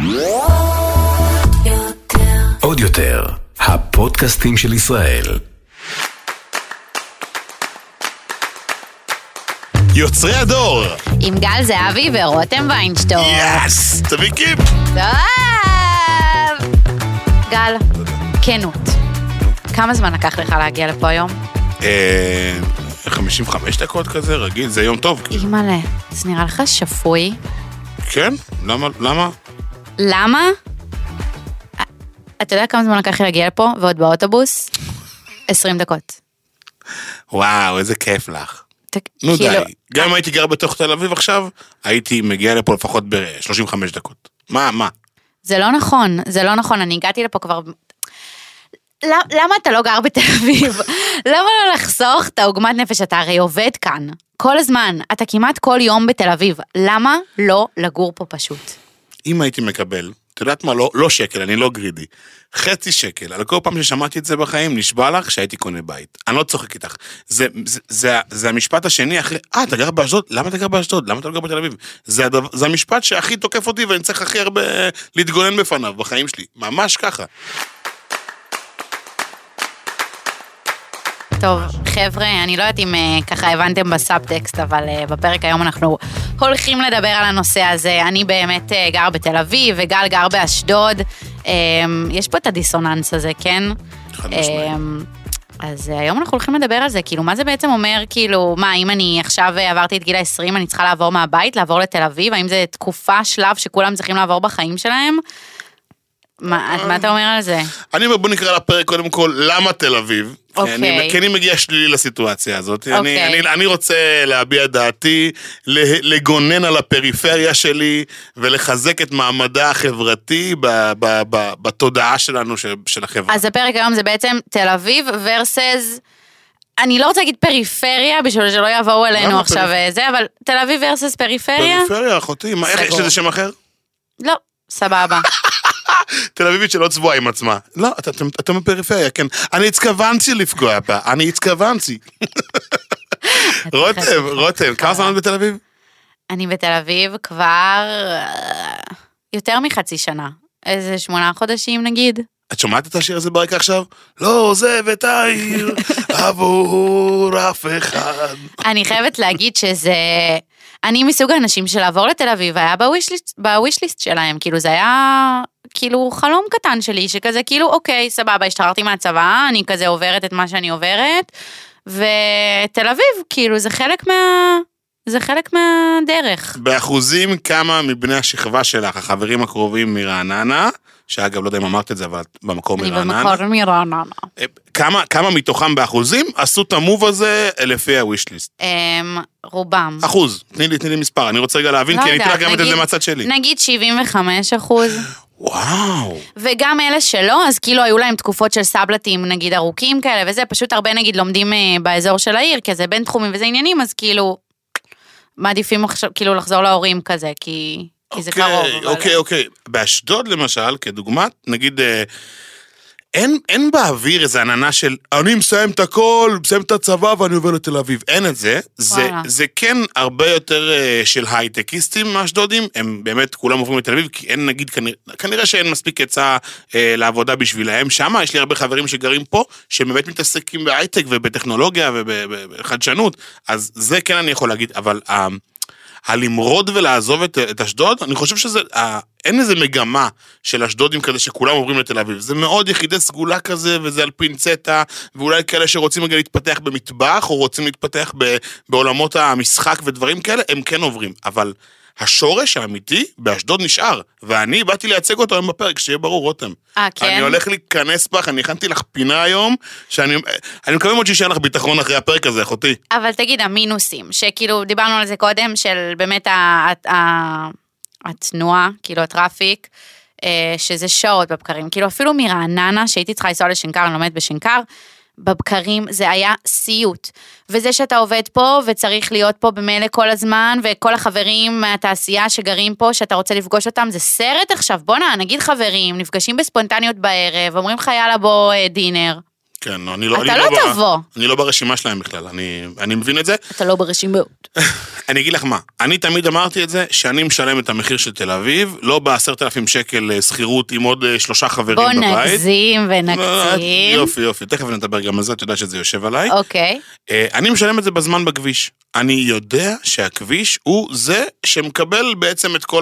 עוד יותר, הפודקאסטים של ישראל. יוצרי הדור עם גל זהבי ורותם ויינשטור. יס, תביא קיפ. טוב גל, כנות, כמה זמן לקח לך להגיע לפה היום? 55 דקות כזה, רגיל, זה יום טוב. אימא'לה, זה נראה לך שפוי? כן? למה? למה? אתה יודע כמה זמן לקח לי להגיע לפה ועוד באוטובוס? 20 דקות. וואו, איזה כיף לך. נו די, גם אם הייתי גר בתוך תל אביב עכשיו, הייתי מגיע לפה לפחות ב-35 דקות. מה? זה לא נכון, אני הגעתי לפה כבר... למה אתה לא גר בתל אביב? למה לא לחסוך את העוגמת נפש? אתה הרי עובד כאן, כל הזמן, אתה כמעט כל יום בתל אביב, למה לא לגור פה פשוט? אם הייתי מקבל, אתה יודעת מה, לא שקל, אני לא גרידי, חצי שקל, על כל פעם ששמעתי את זה בחיים, נשבע לך שהייתי קונה בית. אני לא צוחק איתך. זה המשפט השני אחרי, אתה גר באשדוד? למה אתה גר באשדוד? למה אתה לא גר בתל אביב? זה המשפט שהכי תוקף אותי, ואני צריך הכי הרבה להתגונן בפניו בחיים שלי. ממש ככה. טוב, חבר'ה, אני לא יודעת אם ככה הבנתם בסאבטקסט, אבל בפרק היום אנחנו הולכים לדבר על הנושא הזה. אני באמת גר בתל אביב, וגל גר באשדוד. יש פה את הדיסוננס הזה, כן? חד משמעית. אז היום אנחנו הולכים לדבר על זה, כאילו, מה זה בעצם אומר, כאילו, מה, אם אני עכשיו עברתי את גיל 20, אני צריכה לעבור מהבית, לעבור לתל אביב, האם זה תקופה, שלב שכולם צריכים לעבור בחיים שלהם? מה אתה אומר על זה? אני אומר, בוא נקרא לפרק קודם כל, למה תל אביב? כי אני מגיע שלילי לסיטואציה הזאת. אני רוצה להביע דעתי, לגונן על הפריפריה שלי, ולחזק את מעמדה החברתי בתודעה שלנו, של החברה. אז הפרק היום זה בעצם תל אביב versus... אני לא רוצה להגיד פריפריה, בשביל שלא יבואו אלינו עכשיו זה, אבל תל אביב versus פריפריה? פריפריה, אחותי. יש לזה שם אחר? לא, סבבה. תל אביבית שלא צבועה עם עצמה. לא, אתם בפריפריה, כן. אני התכוונתי לפגוע בה, רותם, כמה זמן בתל אביב? אני בתל אביב כבר יותר מחצי שנה. איזה 8 חודשים נגיד. את שומעת את השיר הזה ברקע עכשיו? לא עוזב את העיר עבור אף אחד. אני חייבת להגיד שזה... אני מסוג האנשים שלעבור לתל אביב היה בווישליסט שלהם, כאילו זה היה כאילו חלום קטן שלי, שכזה כאילו אוקיי, סבבה, השתחררתי מהצבא, אני כזה עוברת את מה שאני עוברת, ותל אביב כאילו זה חלק מהדרך. באחוזים כמה מבני השכבה שלך, החברים הקרובים מרעננה, שאגב לא יודע אם אמרת את זה, אבל במקור מרעננה. אני במקור מרעננה. כמה מתוכם באחוזים עשו את המוב הזה לפי הווישליסט? רובם. אחוז, תני לי מספר, אני רוצה רגע להבין, כי אני אתן לך גם את זה מהצד שלי. נגיד 75%. וואו. וגם אלה שלא, אז כאילו היו להם תקופות של סבלטים, נגיד ארוכים כאלה, וזה פשוט הרבה נגיד לומדים באזור של העיר, כי זה בין תחומים וזה עניינים, אז כאילו, מעדיפים כאילו לחזור להורים כזה, כי זה קרוב. אוקיי. באשדוד למשל, כדוגמת, נגיד, אין באוויר איזו עננה של, אני מסיים את הכל, מסיים את הצבא ואני עובר לתל אביב. אין את זה. זה כן הרבה יותר של הייטקיסטים מאשדודים, הם באמת כולם עוברים לתל אביב, כי אין נגיד, כנראה שאין מספיק עצה לעבודה בשבילהם. שמה יש לי הרבה חברים שגרים פה, שבאמת מתעסקים בהייטק ובטכנולוגיה ובחדשנות, אז זה כן אני יכול להגיד, אבל הלמרוד ולעזוב את אשדוד, אני חושב שזה, אין איזה מגמה של אשדודים כזה שכולם עוברים לתל אביב. זה מאוד יחידי סגולה כזה, וזה על פינצטה, ואולי כאלה שרוצים רגע להתפתח במטבח, או רוצים להתפתח בעולמות המשחק ודברים כאלה, הם כן עוברים. אבל השורש האמיתי באשדוד נשאר, ואני באתי לייצג אותו היום בפרק, שיהיה ברור, רותם. כן? אני הולך להיכנס בך, אני הכנתי לך פינה היום, שאני מקווה מאוד שישאר לך ביטחון אחרי הפרק הזה, אחותי. אבל תגיד, המינוסים, שכאילו דיברנו על זה קודם, של באמת התנועה, כאילו הטראפיק, שזה שעות בבקרים, כאילו אפילו מרעננה, שהייתי צריכה לנסוע לשנקר, אני לומדת בשנקר, בבקרים זה היה סיוט, וזה שאתה עובד פה וצריך להיות פה במילא כל הזמן, וכל החברים מהתעשייה שגרים פה, שאתה רוצה לפגוש אותם, זה סרט עכשיו, בוא נגיד חברים, נפגשים בספונטניות בערב, אומרים לך יאללה בוא דינר, כן, אתה לא תבוא. אני לא ברשימה שלהם בכלל, אני מבין את זה. אתה לא ברשימות. אני אגיד לך מה, אני תמיד אמרתי את זה, שאני משלם את המחיר של תל אביב, לא ב10,000 שקל שכירות עם עוד 3 חברים בבית. בוא נגזים ונקצים. יופי, תכף נדבר גם על זה, אתה יודע שזה יושב עליי. אוקיי. אני משלם את זה בזמן בכביש. אני יודע שהכביש הוא זה שמקבל בעצם את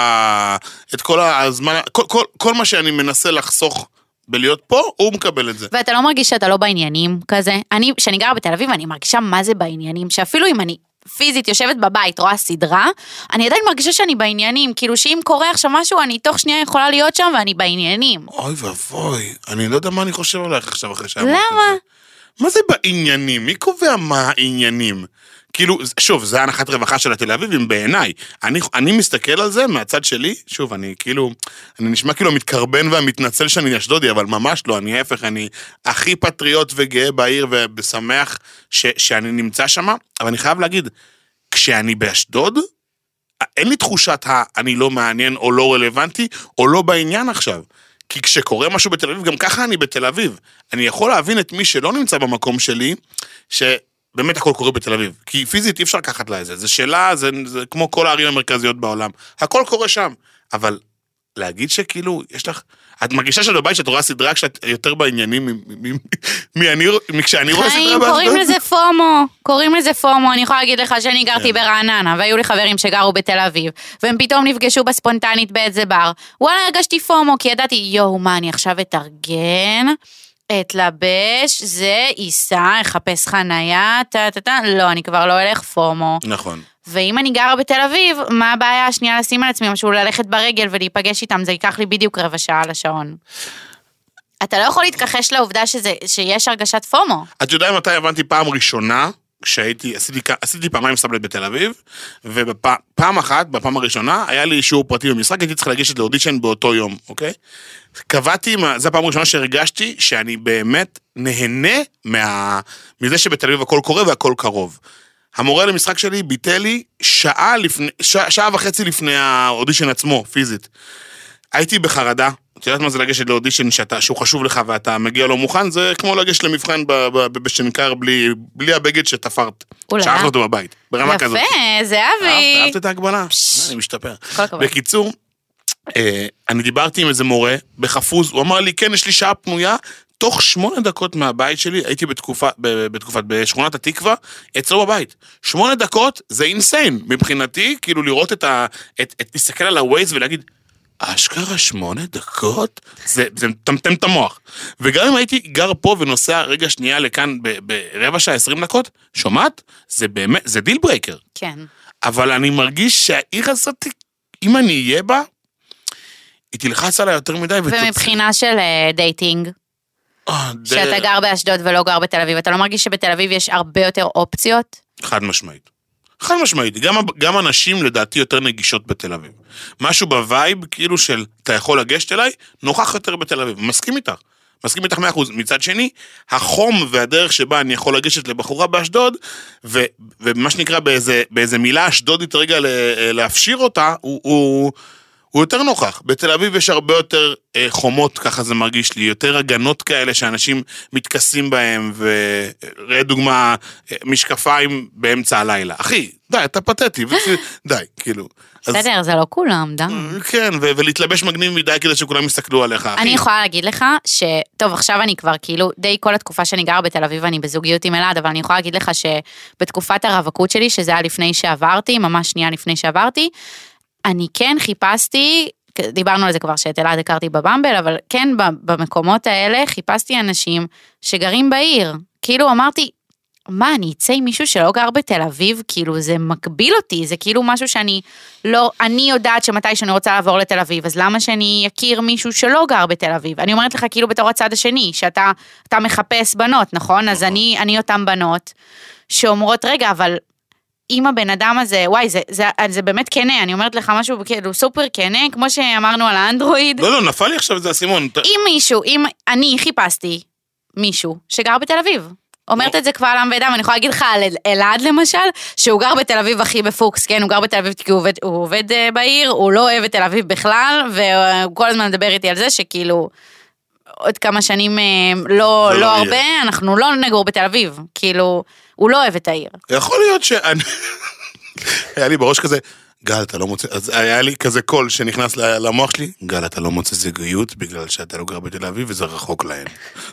כל הזמן, כל מה שאני מנסה לחסוך בלהיות פה, הוא מקבל את זה. ואתה לא מרגיש שאתה לא בעניינים כזה? כשאני גרה בתל אביב, אני מרגישה מה זה בעניינים, שאפילו אם אני פיזית יושבת בבית, רואה סדרה, אני עדיין מרגישה שאני בעניינים, כאילו שאם קורה עכשיו משהו, אני תוך שנייה יכולה להיות שם ואני בעניינים. אוי ואבוי, אני לא יודע מה אני חושב עליך עכשיו אחרי שאמרת את זה. למה? מה זה בעניינים? מי קובע מה העניינים? כאילו, שוב, זה הנחת רווחה של התל אביבים בעיניי. אני מסתכל על זה מהצד שלי, שוב, אני נשמע כאילו מתקרבן והמתנצל שאני אשדודי, אבל ממש לא, אני ההפך, אני הכי פטריוט וגאה בעיר ובשמח שאני נמצא שם, אבל אני חייב להגיד, כשאני באשדוד, אין לי תחושת אני לא מעניין או לא רלוונטי, או לא בעניין עכשיו. כי כשקורה משהו בתל אביב, גם ככה אני בתל אביב. אני יכול להבין את מי שלא נמצא במקום שלי, באמת הכל קורה בתל אביב, כי פיזית אי אפשר לקחת לה את זה, זה שאלה, זה כמו כל הערים המרכזיות בעולם, הכל קורה שם, אבל להגיד שכאילו, יש לך, את מרגישה שאת בבית שאת רואה סדרה כשאת יותר בעניינים מכשאני רואה סדרה באשדוד? קוראים לזה פומו, אני יכולה להגיד לך שאני גרתי ברעננה, והיו לי חברים שגרו בתל אביב, והם פתאום נפגשו בספונטנית באיזה בר, וואלה הרגשתי פומו, כי ידעתי, יואו, מה אני עכשיו אתארגן, אתלבש, זה ייסע, אחפש חנייה, לא, אני כבר לא אלך פומו. נכון. ואם אני גרה בתל אביב, מה הבעיה השנייה לשים על עצמי, משהו ללכת ברגל ולהיפגש איתם, זה ייקח לי בדיוק 15 דקות על השעון. אתה לא יכול להתכחש לעובדה שיש הרגשת פומו. את יודעת מתי הבנתי פעם ראשונה, עשיתי פעמיים סבלט בתל אביב, ובפעם אחת, בפעם הראשונה, היה לי שיעור פרטי במשחק, הייתי צריך לגשת לאודישן באותו יום, אוקיי? קבעתי, זו הפעם הראשונה שהרגשתי שאני באמת נהנה מזה שבתל אביב הכל קורה והכל קרוב. המורה למשחק שלי ביטל לי שעה וחצי לפני האודישן עצמו, פיזית. הייתי בחרדה, את יודעת מה זה לגשת לאודישן שהוא חשוב לך ואתה מגיע לא מוכן, זה כמו לגשת למבחן בשנקר בלי הבגד שתפרת. שכחת אותו בבית, ברמה כזאת. יפה, זה אבי. אהבת את ההגבלה? אני משתפר. בקיצור, אני דיברתי עם איזה מורה בחפוז, הוא אמר לי, כן, יש לי שעה פנויה, תוך 8 דקות מהבית שלי, הייתי בשכונת התקווה, אצלו בבית. 8 דקות זה אינסיין, מבחינתי, כאילו לראות להסתכל על הווייז ולהגיד, אשכרה 8 דקות? זה מטמטם את המוח. וגם אם הייתי גר פה ונוסע רגע שנייה לכאן ברבע שעה 20 דקות, שומעת? זה באמת, זה דיל ברייקר. כן. אבל אני מרגיש שהעיר הזאת, אם אני אהיה בה, היא תלחץ עליי יותר מדי. ומבחינה של דייטינג, שאתה גר באשדוד ולא גר בתל אביב, אתה לא מרגיש שבתל אביב יש הרבה יותר אופציות? חד משמעית. חד משמעית. גם אנשים לדעתי יותר נגישות בתל אביב. משהו בווייב, כאילו של, אתה יכול לגשת אליי, נוכח יותר בתל אביב. מסכים איתך. מסכים איתך 100%. מצד שני, החום והדרך שבה אני יכול לגשת לבחורה באשדוד, ומה שנקרא באיזה מילה אשדודית רגע להפשיר אותה, הוא יותר נוכח. בתל אביב יש הרבה יותר חומות, ככה זה מרגיש לי, יותר הגנות כאלה שאנשים מתכסים בהם, וראה דוגמה, משקפיים באמצע הלילה. אחי, די, אתה פתטי, די, כאילו. בסדר, זה לא כולם, די. כן, ולהתלבש מגניב מדי כדי שכולם יסתכלו עליך. אני יכולה להגיד לך טוב, עכשיו אני כבר כאילו, די כל התקופה שאני גרה בתל אביב, אני בזוגיות עם אלעד, אבל אני יכולה להגיד לך שבתקופת הרווקות שלי, שזה היה לפני שעברתי, ממש שנייה לפני שעברתי, אני כן חיפשתי, דיברנו על זה כבר שאת אלעד הכרתי בבמבל, אבל כן במקומות האלה חיפשתי אנשים שגרים בעיר. כאילו אמרתי, מה, אני אצא עם מישהו שלא גר בתל אביב? כאילו זה מקביל אותי, זה כאילו משהו שאני לא, אני יודעת שמתי שאני רוצה לעבור לתל אביב, אז למה שאני אכיר מישהו שלא גר בתל אביב? אני אומרת לך כאילו בתור הצד השני, שאתה מחפש בנות, נכון? אז אני אותם בנות שאומרות, רגע, אבל אם הבן אדם הזה, וואי, זה באמת כנה, אני אומרת לך משהו כאילו סופר כנה, כמו שאמרנו על האנדרואיד. לא, נפל לי עכשיו את זה, הסימון. אם אני חיפשתי מישהו שגר בתל אביב, אומרת את זה כבר לעם ואדם, אני יכולה להגיד לך על אלעד למשל, שהוא גר בתל אביב הכי בפוקס, כן, הוא גר בתל אביב כי הוא עובד בעיר, הוא לא אוהב את תל אביב בכלל, והוא כל הזמן מדבר איתי על זה שכאילו, עוד כמה שנים לא הרבה, אנחנו לא נגור בתל אביב, כאילו, הוא לא אוהב את העיר. יכול להיות היה לי בראש כזה, גל, אתה לא מוצא, אז היה לי כזה קול שנכנס למוח שלי, גל, אתה לא מוצא זוגיות בגלל שאתה לא גר בתל אביב וזה רחוק להם.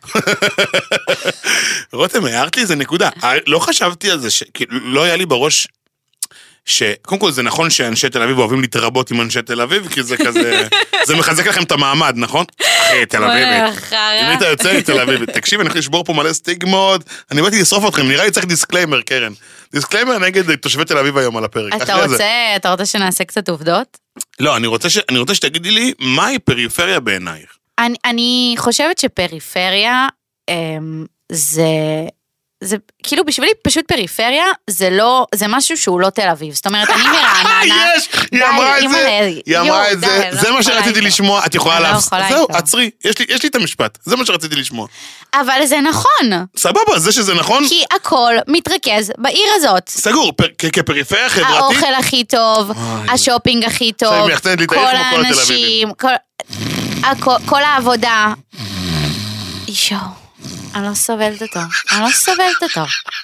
רותם, הערת לי איזה נקודה, לא חשבתי על זה, לא היה לי בראש, שקודם כל זה נכון שאנשי תל אביב אוהבים להתרבות עם אנשי תל אביב, כי זה כזה, זה מחזק לכם את המעמד, נכון? אחי, תל אביבית. אם היית יוצא לתל אביבית, תקשיב, אני הולך לשבור פה מלא סטיגמות, אני באתי לשרוף אתכם, נראה לי צריך דיסקליימר, קרן. דיסקליימר נגד תושבי תל אביב היום על הפרק. אתה רוצה שנעשה קצת עובדות? לא, אני רוצה שתגידי לי, מהי פריפריה בעינייך? אני חושבת שפריפריה זה כאילו בשבילי פשוט פריפריה, זה משהו שהוא לא תל אביב. זאת אומרת, אני מרעננה. יש! היא אמרה את זה. זה מה שרציתי לשמוע, את יכולה להפסיק. זהו, עצרי, יש לי את המשפט. זה מה שרציתי לשמוע. אבל זה נכון. סבבה, זה שזה נכון. כי הכל מתרכז בעיר הזאת. סגור, כפריפריה חברתית. האוכל הכי טוב, השופינג הכי טוב, כל האנשים, כל העבודה. אישו. אני לא סובלת אותו.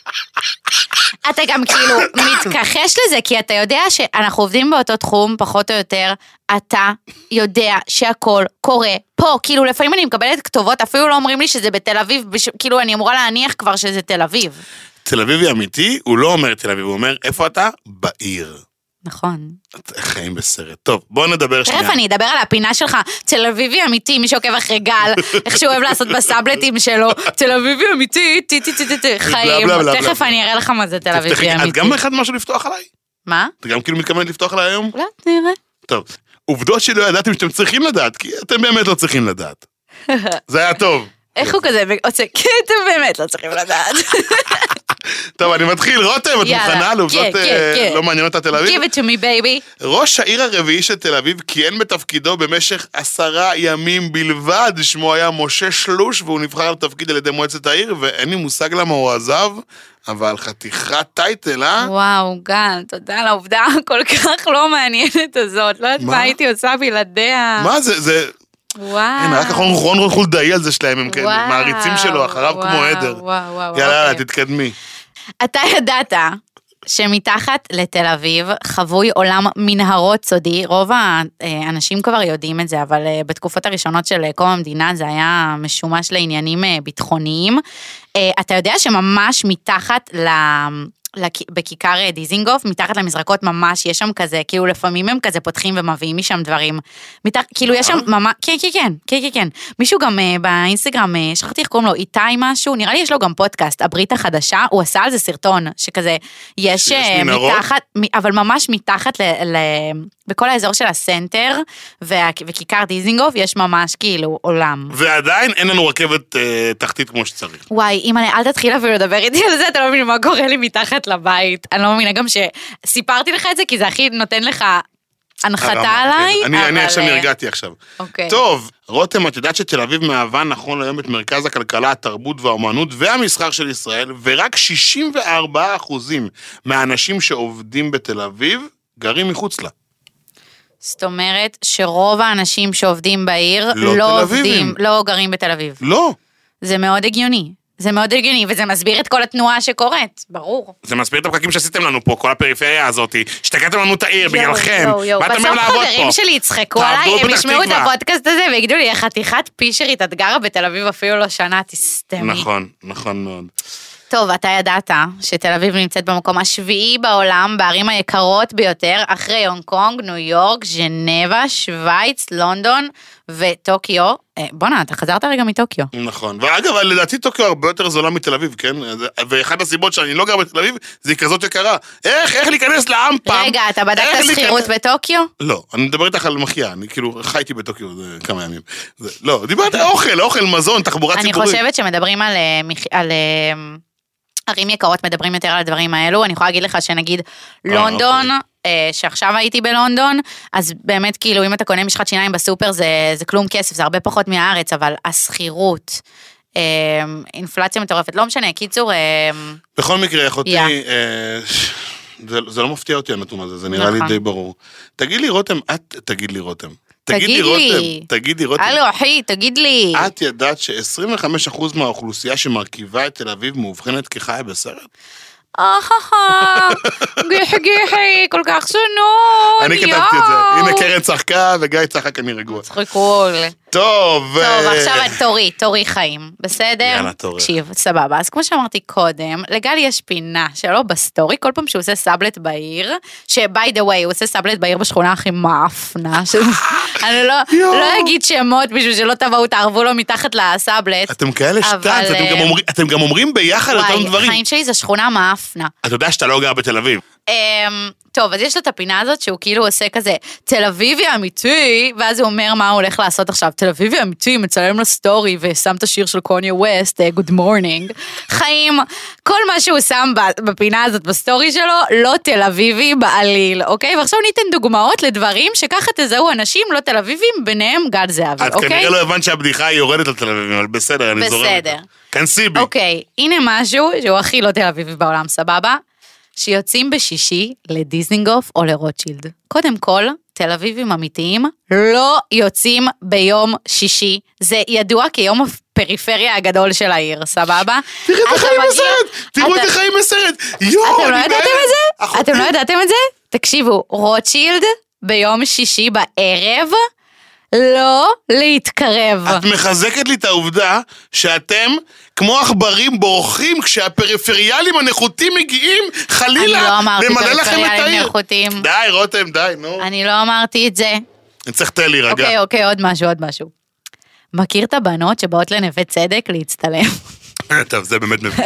אתה גם כאילו מתכחש לזה, כי אתה יודע שאנחנו עובדים באותו תחום, פחות או יותר, אתה יודע שהכל קורה פה, כאילו לפעמים אני מקבלת כתובות, אפילו לא אומרים לי שזה בתל אביב, כאילו אני אמורה להניח כבר שזה תל אביב. תל אביבי אמיתי, הוא לא אומר תל אביב, הוא אומר, איפה אתה? בעיר. נכון. חיים בסרט. טוב, בואו נדבר שנייה. תכף אני אדבר על הפינה שלך, תל אביבי אמיתי, מי שעוקב אחרי גל, איך שהוא אוהב לעשות בסאבלטים שלו, תל אביבי אמיתי, חיים. תכף אני אראה לך מה זה תל אביבי אמיתי. את גם אחד משהו לפתוח עליי? מה? אתה גם כאילו מתכוונת לפתוח עליי היום? לא, נראה. טוב, עובדות שלא ידעתם שאתם צריכים לדעת, כי אתם באמת לא צריכים לדעת. זה היה טוב. איך הוא כזה, כי אתם באמת לא צריכים לדעת. טוב, אני מתחיל. רותם, את מוכנה לעובדות לא מעניינות את תל אביב? Give it to me, baby. ראש העיר הרביעי של תל אביב כיהן בתפקידו במשך 10 ימים בלבד. שמו היה משה שלוש, והוא נבחר לתפקיד על ידי מועצת העיר, ואין לי מושג למה הוא עזב, אבל חתיכת טייטל, אה? וואו, גל, תודה על העובדה כל כך לא מעניינת הזאת. לא יודעת מה הייתי עושה בלעדיה. מה זה? וואו. הנה, רק רון חולדאי על זה שלהם, הם מעריצים שלו, אחריו כמו עדר. יאללה, תתקדמי. אתה ידעת שמתחת לתל אביב חבוי עולם מנהרות סודי, רוב האנשים כבר יודעים את זה, אבל בתקופות הראשונות של קום המדינה זה היה משומש לעניינים ביטחוניים. אתה יודע שממש מתחת בכיכר דיזינגוף, מתחת למזרקות ממש, יש שם כזה, כאילו לפעמים הם כזה פותחים ומביאים משם דברים. כאילו יש שם ממש, כן. מישהו גם באינסטגרם, שכחתי איך קוראים לו, איתי משהו, נראה לי יש לו גם פודקאסט, הברית החדשה, הוא עשה על זה סרטון, שכזה, יש מתחת, אבל ממש מתחת בכל האזור של הסנטר, וכיכר דיזינגוף, יש ממש כאילו עולם. ועדיין אין לנו רכבת תחתית כמו שצריך. וואי, אמא, אל תתחיל אפילו לדבר איתי על זה, אתה לא מבין מה קורה לי מתחת לבית. אני לא מבינה גם שסיפרתי לך את זה, כי זה הכי נותן לך הנחתה עליי. אני עכשיו נרגעתי עכשיו. טוב, רותם, את יודעת שתל אביב מהווה נכון היום את מרכז הכלכלה, התרבות והאומנות והמסחר של ישראל, ורק 64% מהאנשים שעובדים בתל אביב גרים מחוץ לה. זאת אומרת שרוב האנשים שעובדים בעיר לא גרים בתל אביב. לא. זה מאוד הגיוני. וזה מסביר את כל התנועה שקורית, ברור. זה מסביר את הפקקים שעשיתם לנו פה, כל הפריפריה הזאת, שתקעתם לנו את העיר בגללכם. בסוף חברים שלי יצחקו עליי, הם ישמעו את הפודקאסט הזה, ויגידו לי, חתיכת פישרית, את גרה בתל אביב אפילו לא שנה, תסתמי. נכון מאוד. טוב, אתה ידעת שתל אביב נמצאת במקום השביעי בעולם, בערים היקרות ביותר, אחרי הונג קונג, ניו יורק, ז'נבה, שוויץ, לונדון וטוקיו. בונה, אתה חזרת רגע מטוקיו. נכון, ואגב, לדעתי טוקיו הרבה יותר זולה מתל אביב, כן? ואחת הסיבות שאני לא גר בתל אביב, זה כזאת יקרה. איך להיכנס לעם פעם? רגע, אתה בדקת שכירות בטוקיו? לא, אני מדבר איתך על מחיה, אני כאילו חייתי בטוקיו כמה ימים. לא, דיברת אוכל, מזון, תחבורה ציבורית. אני חושבת שמדברים על ערים יקרות מדברים יותר על הדברים האלו, אני יכולה להגיד לך שנגיד לונדון, שעכשיו הייתי בלונדון, אז באמת כאילו אם אתה קונה משחת שיניים בסופר זה כלום כסף, זה הרבה פחות מהארץ, אבל הסחירות, אינפלציה מטורפת, לא משנה, קיצור... בכל מקרה, אחותי, זה לא מפתיע אותי הנתון הזה, זה נראה לי די ברור. תגיד לי רותם, תגידי רותם. הלו, אחי, תגיד לי. את ידעת ש25% מהאוכלוסייה שמרכיבה את תל אביב מאובחנת כחיה בסרט? גיחי, כל כך שנון, אני כתבתי את זה. הנה קרן צחקה וגיא צחק, אני רגוע. צחקול. טוב, עכשיו תורי חיים, בסדר? יאללה, תורי. תקשיב, סבבה. אז כמו שאמרתי קודם, לגל יש פינה שלו בסטורי, כל פעם שהוא עושה סאבלט בעיר, שביי דה ווי, הוא עושה סאבלט בעיר בשכונה הכי מאפנה, אני לא אגיד שמות בשביל שלא תבואו, תערבו לו מתחת לסאבלט. אתם כאלה שטנץ, אתם גם אומרים ביחד אותם דברים. חיים שלי זה שכונה מאפנה. אתה יודע שאתה לא גר בתל אביב. טוב, אז יש לו את הפינה הזאת שהוא כאילו עושה כזה, תל אביבי אמיתי, ואז הוא אומר מה הוא הולך לעשות עכשיו, תל אביבי אמיתי, מצלם לסטורי, ושם את השיר של קוניה ווסט, Good Morning. חיים, כל מה שהוא שם בפינה הזאת בסטורי שלו, לא תל אביבי בעליל, אוקיי? ועכשיו ניתן דוגמאות לדברים שככה תזהו אנשים לא תל אביבים, ביניהם גל זהבי, אוקיי? את כנראה לא הבנת שהבדיחה היא יורדת לתל אביבים, אבל בסדר, אני זורם. בסדר. כנסי בי. אוקיי, הנה משהו שהוא הכי לא תל אביבי בעולם, סבבה? שיוצאים בשישי לדיזנגוף או לרוטשילד. קודם כל, תל אביבים אמיתיים לא יוצאים ביום שישי. זה ידוע כיום הפריפריה הגדול של העיר, סבבה? תראו את החיים בסרט! תראו את החיים בסרט! אתם לא ידעתם את זה? אתם לא ידעתם את זה? תקשיבו, רוטשילד ביום שישי בערב לא להתקרב. את מחזקת לי את העובדה שאתם כמו עכברים בורחים כשהפריפריאלים הנחותים מגיעים חלילה למלא לכם את העיר. די רותם, די, נו. אני לא אמרתי את זה. אני צריך תל להירגע. אוקיי, עוד משהו. מכיר את הבנות שבאות לנווה צדק להצטלם? טוב, זה באמת מבין.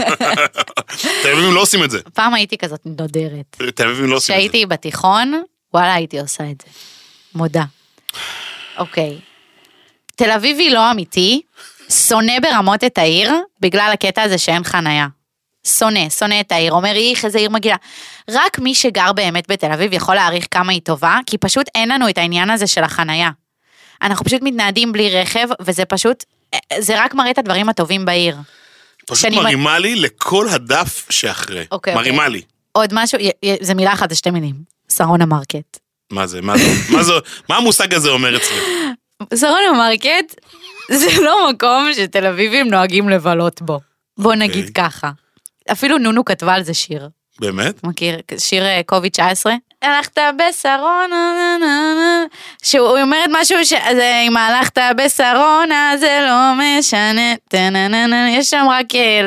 תל אביבים לא עושים את זה. פעם הייתי כזאת נודרת. תל אביבים לא עושים את זה. כשהייתי בתיכון, וואלה הייתי עושה את זה. מודה. אוקיי. תל אביבי לא אמיתי, שונא ברמות את העיר, בגלל הקטע הזה שאין חנייה. שונא את העיר, אומר איזה עיר מגיעה. רק מי שגר באמת בתל אביב יכול להעריך כמה היא טובה, כי פשוט אין לנו את העניין הזה של החנייה. אנחנו פשוט מתנהדים בלי רכב, וזה פשוט, זה רק מראה את הדברים הטובים בעיר. פשוט מרימה לי לכל הדף שאחרי. מרימה לי. עוד משהו, זה מילה אחת, זה שתי מילים. שרונה מרקט. מה זה? מה המושג הזה אומר אצלי? שרונה מרקט זה לא מקום שתל אביבים נוהגים לבלות בו. בוא נגיד ככה. אפילו נונו כתבה על זה שיר. באמת? מכיר? שיר קוביד 19? הלכת בשרונה, שהוא אומרת משהו אם הלכת בשרונה זה לא משנה, יש שם רק,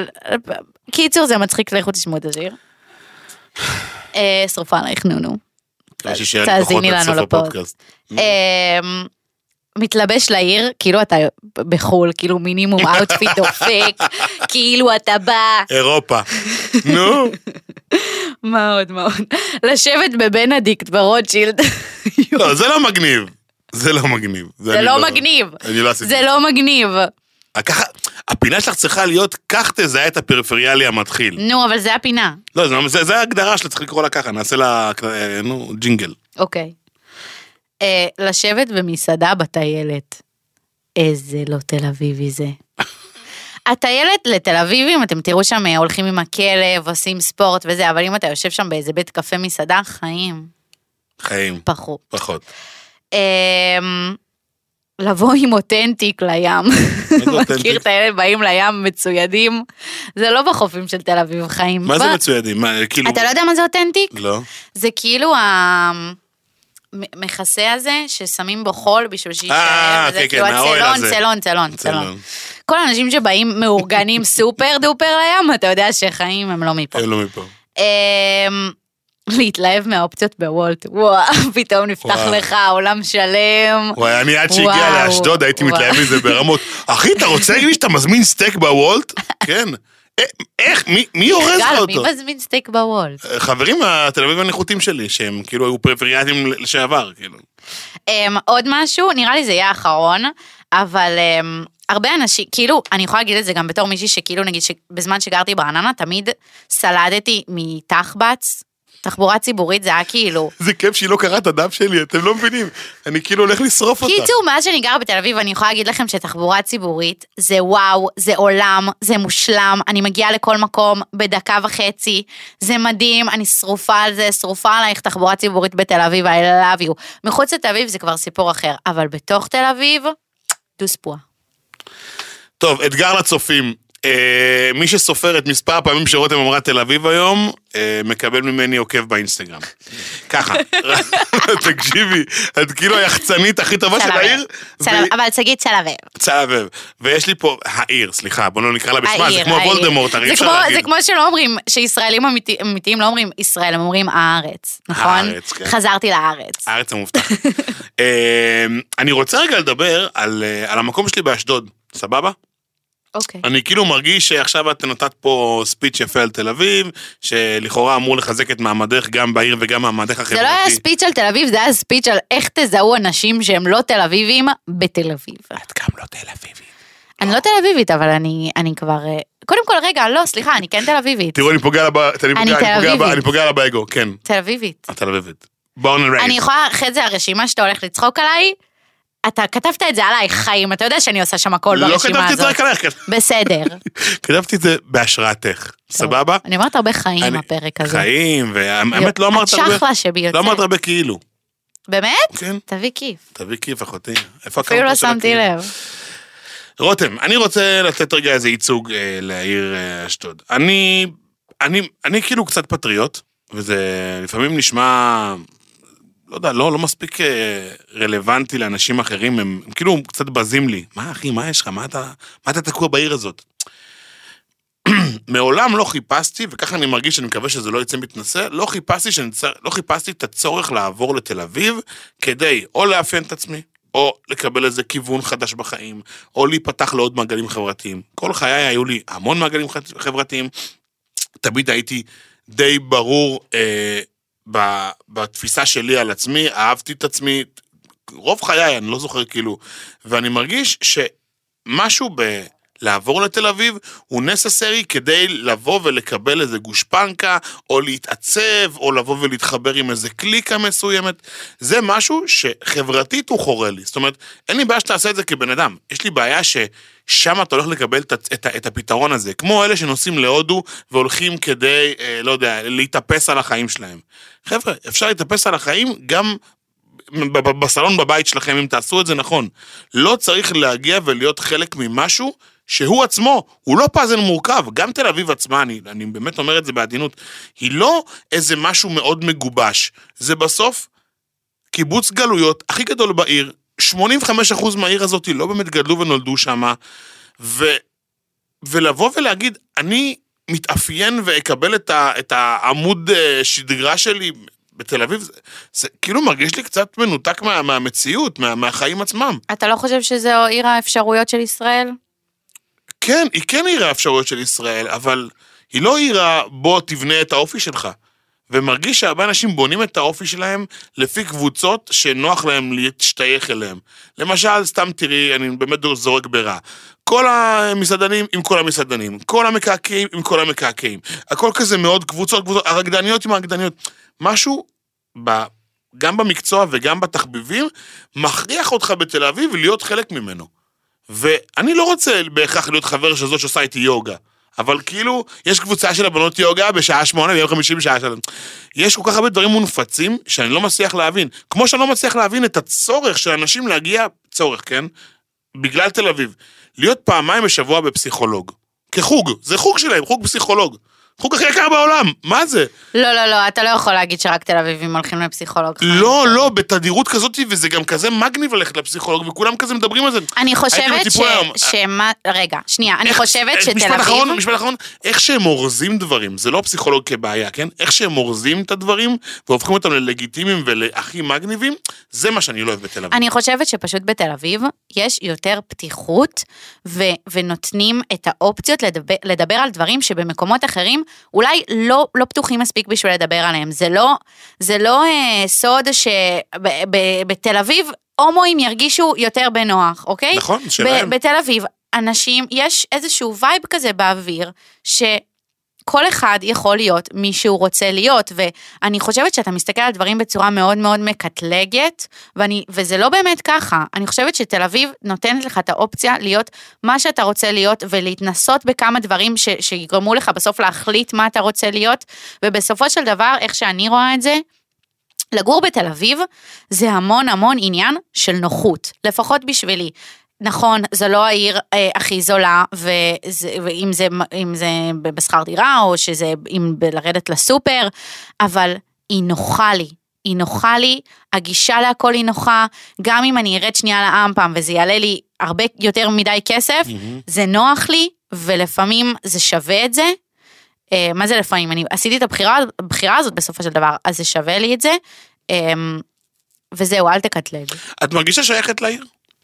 קיצור זה מצחיק, לכו תשמעו את השיר. שרופה עלייך נונו. תאזיני לנו לפודקאסט. מתלבש לעיר, כאילו אתה בחול, כאילו מינימום אאוטפיט דופק, כאילו אתה בא. אירופה. נו. מה עוד? לשבת בבנדיקט ברוטשילד. לא, זה לא מגניב. זה לא מגניב. זה לא מגניב. הפינה שלך צריכה להיות, כך תזהה את הפריפריאלי המתחיל. נו, אבל זה הפינה. לא, זה ההגדרה שלה, צריך לקרוא לה ככה, נעשה לה, ג'ינגל. אוקיי. לשבת במסעדה בטיילת. איזה לא תל אביבי זה. הטיילת לתל אביבים, אתם תראו שם הולכים עם הכלב, עושים ספורט וזה, אבל אם אתה יושב שם באיזה בית קפה מסעדה, חיים. פחות. לבוא עם אותנטיק לים. מכיר את האלה באים לים מצוידים, זה לא בחופים של תל אביב חיים. מה זה מצוידים? אתה לא יודע מה זה אותנטיק? לא. זה כאילו המכסה הזה ששמים בו חול בשביל שישאר, וזה כאילו צלון. כל האנשים שבאים מאורגנים סופר דופר לים, אתה יודע שחיים הם לא מפה. הם לא מפה. להתלהב מהאופציות בוולט, וואו, פתאום נפתח לך עולם שלם. וואי, אני עד שהגיע לאשדוד, הייתי מתלהב מזה ברמות. אחי, אתה רוצה להגיד שאתה מזמין סטייק בוולט? כן. איך? מי הורס לך אותו? מי מזמין סטייק בוולט? חברים מהתל אביב הנחותים שלי, שהם כאילו היו פריפריאטים לשעבר, כאילו. עוד משהו, נראה לי זה יהיה האחרון, אבל הרבה אנשים, כאילו, אני יכולה להגיד את זה גם בתור מישהי שכאילו, נגיד, שבזמן שגרתי ברעננה, תמיד סלדתי מתחבץ, תחבורה ציבורית זה היה כאילו... זה כיף שהיא לא קראה את הדף שלי, אתם לא מבינים. אני כאילו הולך לשרוף אותה. קיצור, מאז שאני גרה בתל אביב, אני יכולה להגיד לכם שתחבורה ציבורית זה וואו, זה עולם, זה מושלם, אני מגיעה לכל מקום בדקה וחצי, זה מדהים, אני שרופה על זה, שרופה עלייך תחבורה ציבורית בתל אביב, I love you. מחוץ לתל אביב זה כבר סיפור אחר, אבל בתוך תל אביב, דוספוע. טוב, אתגר לצופים. מי שסופר את מספר הפעמים שרותם אמרה תל אביב היום, מקבל ממני עוקב באינסטגרם. ככה, תקשיבי, את כאילו היחצנית הכי טובה של העיר. אבל תגיד צל אביב. צל אביב. ויש לי פה, העיר, סליחה, בוא לא נקרא לה בשמה, זה כמו וולדמורט, הרי אפשר להגיד. זה כמו שלא אומרים, שישראלים אמיתיים לא אומרים ישראל, הם אומרים הארץ, נכון? הארץ, כן. חזרתי לארץ. הארץ המובטח. אני רוצה רגע לדבר על המקום שלי באשדוד, סבבה? אוקיי. אני כאילו מרגיש שעכשיו את נתת פה ספיץ' יפה על תל אביב, שלכאורה אמור לחזק את מעמדך גם בעיר וגם מעמדך החברתי. זה לא היה ספיץ' על תל אביב, זה היה ספיץ' על איך תזהו אנשים שהם לא תל אביבים בתל אביב. את גם לא תל אביבית. אני לא תל אביבית, אבל אני כבר... קודם כל, רגע, לא, סליחה, אני כן תל אביבית. תראו, אני פוגע לה באגו, כן. תל אביבית. תל אביבית. בורן אנד רייזד. אני יכולה, אחרי זה הרשימה שאתה הולך לצחוק עליי, אתה כתבת את זה עליי, חיים, אתה יודע שאני עושה שם הכל ברשימה הזאת. לא כתבתי את זה רק עליך. בסדר. כתבתי את זה בהשראתך, סבבה? אני אומרת הרבה חיים בפרק הזה. חיים, והאמת לא אמרת הרבה... השחלה שבי יוצא. לא אמרת הרבה כאילו. באמת? כן. תביא כיף. תביא כיף, אחותי. אפילו לא שמתי לב. רותם, אני רוצה לתת רגע איזה ייצוג לעיר אשדוד. אני כאילו קצת פטריוט, וזה לפעמים נשמע... לא יודע, לא מספיק רלוונטי לאנשים אחרים, הם כאילו קצת בזים לי. מה אחי, מה יש לך? מה אתה תקוע בעיר הזאת? מעולם לא חיפשתי, וככה אני מרגיש שאני מקווה שזה לא יצא מתנשא, לא חיפשתי את הצורך לעבור לתל אביב, כדי או לאפיין את עצמי, או לקבל איזה כיוון חדש בחיים, או להיפתח לעוד מעגלים חברתיים. כל חיי היו לי המון מעגלים חברתיים, תמיד הייתי די ברור, בתפיסה שלי על עצמי, אהבתי את עצמי, רוב חיי, אני לא זוכר כאילו, ואני מרגיש שמשהו לעבור לתל אביב הוא נססרי כדי לבוא ולקבל איזה גושפנקה, או להתעצב, או לבוא ולהתחבר עם איזה קליקה מסוימת, זה משהו שחברתית הוא חורה לי, זאת אומרת, אין לי בעיה שתעשה את זה כבן אדם, יש לי בעיה ששם אתה הולך לקבל את הפתרון הזה, כמו אלה שנוסעים להודו והולכים כדי, לא יודע, להתאפס על החיים שלהם. חבר'ה, אפשר להתאפס על החיים גם בסלון בבית שלכם, אם תעשו את זה נכון. לא צריך להגיע ולהיות חלק ממשהו שהוא עצמו, הוא לא פאזל מורכב, גם תל אביב עצמה, אני באמת אומר את זה בעדינות, היא לא איזה משהו מאוד מגובש, זה בסוף קיבוץ גלויות הכי גדול בעיר, 85% מהעיר הזאת לא באמת גדלו ונולדו שם, ולבוא ולהגיד, אני מתאפיין ואקבל את העמוד שדרה שלי בתל אביב, זה כאילו מרגיש לי קצת מנותק מהמציאות, מהחיים עצמם. אתה לא חושב שזה עיר האפשרויות של ישראל? כן, היא כן עיר האפשרויות של ישראל, אבל היא לא עירה בו תבנה את האופי שלך. ומרגיש שהרבה אנשים בונים את האופי שלהם לפי קבוצות שנוח להם להשתייך אליהם. למשל, סתם תראי, אני באמת זורק ברע. כל המסעדנים עם כל המסעדנים, כל המקעקעים עם כל המקעקעים. הכל כזה מאוד קבוצות, הרקדניות עם הרקדניות. משהו, גם במקצוע וגם בתחביבים, מכריח אותך בתל אביב להיות חלק ממנו. ואני לא רוצה בהכרח להיות חבר שזאת שעושה איתי יוגה. אבל כאילו, יש קבוצה של הבנות יוגה בשעה 8, ביום 50 בשעה 3. יש כל כך הרבה דברים מונפצים שאני לא מצליח להבין. כמו שאני לא מצליח להבין את הצורך של אנשים להגיע, צורך, כן? בגלל תל אביב. להיות פעמיים בשבוע בפסיכולוג. כחוג, זה חוג שלהם, חוג פסיכולוג. חוג הכי יקר בעולם, מה זה? לא, אתה לא יכול להגיד שרק תל אביבים הולכים לפסיכולוג. לא, בתדירות כזאת, וזה גם כזה מגניב ללכת לפסיכולוג, וכולם כזה מדברים על זה. אני חושבת רגע, שנייה, אני חושבת שתל אביב... משפט אחרון, איך שהם אורזים דברים, זה לא פסיכולוג כבעיה, כן? איך שהם אורזים את הדברים, והופכים אותם ללגיטימיים ולהכי מגניבים, זה מה שאני לא אוהב בתל אביב. אני חושבת שפשוט בתל אביב יש יותר פתיחות, ונותנים את האופציות לדבר על דברים שבמקומות אחרים אולי לא פתוחים מספיק בשביל לדבר עליהם. זה לא סוד שבתל אביב הומואים ירגישו יותר בנוח, אוקיי? נכון, שלהם. בתל אביב אנשים, יש איזשהו וייב כזה באוויר, כל אחד יכול להיות מי שהוא רוצה להיות, ואני חושבת שאתה מסתכל על דברים בצורה מאוד מאוד מקטלגת, וזה לא באמת ככה. אני חושבת שתל אביב נותנת לך את האופציה להיות מה שאתה רוצה להיות, ולהתנסות בכמה דברים שיגרמו לך בסוף להחליט מה אתה רוצה להיות, ובסופו של דבר, איך שאני רואה את זה, לגור בתל אביב, זה המון המון עניין של נוחות, לפחות בשבילי. נכון, זה לא העיר הכי זולה, ואם זה בשכר דירה, או שזה אם לרדת לסופר, אבל היא נוחה לי, הגישה להכל היא נוחה, גם אם אני ארד שנייה לעם פעם, וזה יעלה לי הרבה יותר מדי כסף, זה נוח לי, ולפעמים זה שווה את זה. מה זה לפעמים? אני עשיתי את הבחירה הזאת בסופו של דבר, אז זה שווה לי את זה, וזהו, אל תקטלג. את מרגישה שייכת לעיר?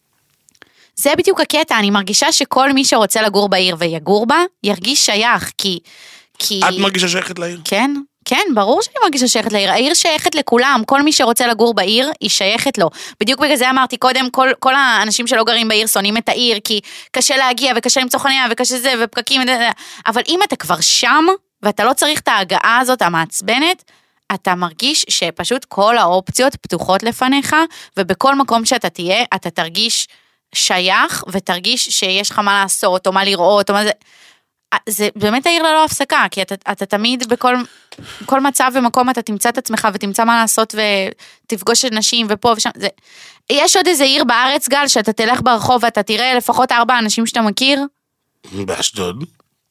זה בדיוק הקטע, אני מרגישה שכל מי שרוצה לגור בעיר ויגור בה, ירגיש שייך, כי... את מרגישה שייכת לעיר? כן, ברור שאני מרגישה שייכת לעיר, העיר שייכת לכולם, כל מי שרוצה לגור בעיר, היא שייכת לו. בדיוק בגלל זה אמרתי קודם, כל האנשים שלא גרים בעיר שונאים את העיר, כי קשה להגיע וקשה למצוא חניה וקשה זה ופקקים, אבל אם אתה כבר שם, ואתה לא צריך את ההגעה הזאת המעצבנת, אתה מרגיש שפשוט כל האופציות פתוחות לפניך, ובכל מקום שאתה תהיה, אתה תרגיש שייך, ותרגיש שיש לך מה לעשות, או מה לראות, או מה זה... זה באמת העיר ללא הפסקה, כי אתה תמיד בכל מצב ומקום אתה תמצא את עצמך, ותמצא מה לעשות, ותפגוש את נשים, ופה ושם, יש עוד איזה עיר בארץ, גל, שאתה תלך ברחוב, ואתה תראה לפחות 4 אנשים שאתה מכיר? באשדוד.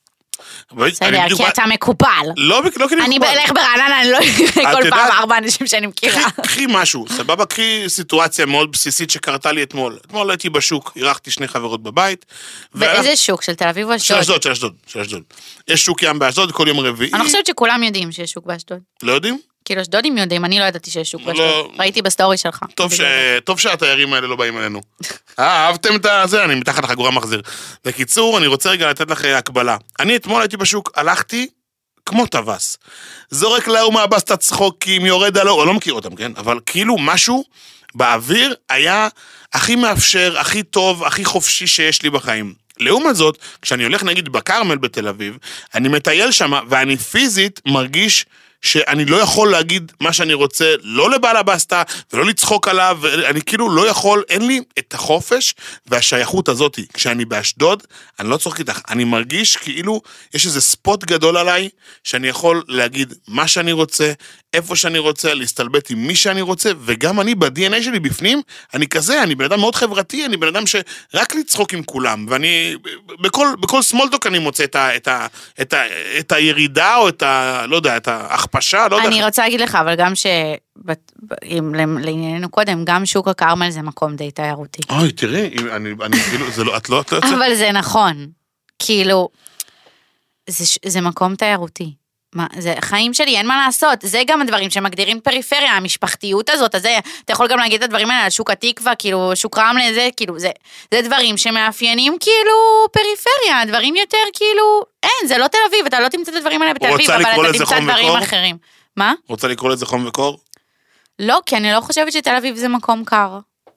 בסדר, כי אתה מקופל. לא כי אני מקופל. אני בלך ברעננה, אני לא אראה כל פעם 4 אנשים שאני מכירה. קחי משהו, סבבה, קחי סיטואציה מאוד בסיסית שקרתה לי אתמול. אתמול הייתי בשוק, אירחתי 2 חברות בבית. באיזה שוק? של תל אביב או אשדוד? של אשדוד. יש שוק ים באשדוד כל יום רביעי. אני חושבת שכולם יודעים שיש שוק באשדוד. לא יודעים? כאילו אשדודים יודעים, אני לא ידעתי שיש שוק באשדוד. ראיתי בסטורי שלך. טוב שהתיירים האלה לא באים אלינו. אהבתם את זה, אני מתחת לחגורה מחזיר. בקיצור, אני רוצה רגע לתת לך הקבלה. אני אתמול הייתי בשוק, הלכתי כמו טווס. זורק להוא מהבס את הצחוקים, יורד עלו, אני לא מכיר אותם, כן? אבל כאילו משהו באוויר היה הכי מאפשר, הכי טוב, הכי חופשי שיש לי בחיים. לעומת זאת, כשאני הולך נגיד בקרמל בתל אביב, אני מטייל שם, ואני פיזית מרגיש שאני לא יכול להגיד מה שאני רוצה, לא לבעל הבסטה, ולא לצחוק עליו, ואני כאילו לא יכול, אין לי את החופש והשייכות הזאת. כשאני באשדוד, אני לא צוחק איתך, אני מרגיש כאילו יש איזה ספוט גדול עליי, שאני יכול להגיד מה שאני רוצה, איפה שאני רוצה, להסתלבט עם מי שאני רוצה, וגם אני ב-DNA שלי בפנים, אני כזה, אני בן אדם מאוד חברתי, אני בן אדם שרק לצחוק עם כולם, ואני, בכל סמולטוק אני מוצא את הירידה, או את ה, לא יודע, את ההכפשה, לא יודע. אני רוצה להגיד לך, אבל גם לענייננו קודם, גם שוק הכרמל זה מקום די תיירותי. אוי, תראי, אני כאילו, זה לא, את לא... אבל זה נכון, כאילו, זה מקום תיירותי. מה, זה חיים שלי, אין מה לעשות, זה גם הדברים שמגדירים פריפריה, המשפחתיות הזאת, אז אתה יכול גם להגיד את הדברים האלה על שוק התקווה, כאילו, שוק רמלה, זה, כאילו, זה דברים שמאפיינים, כאילו, פריפריה, דברים יותר, כאילו, אין, זה לא תל אביב, אתה לא תמצא את הדברים האלה בתל אביב, אבל אתה תמצא דברים אחרים. מה? רוצה לקרוא לזה חום וקור? לא, כי אני לא חושבת שתל אביב זה מקום קר.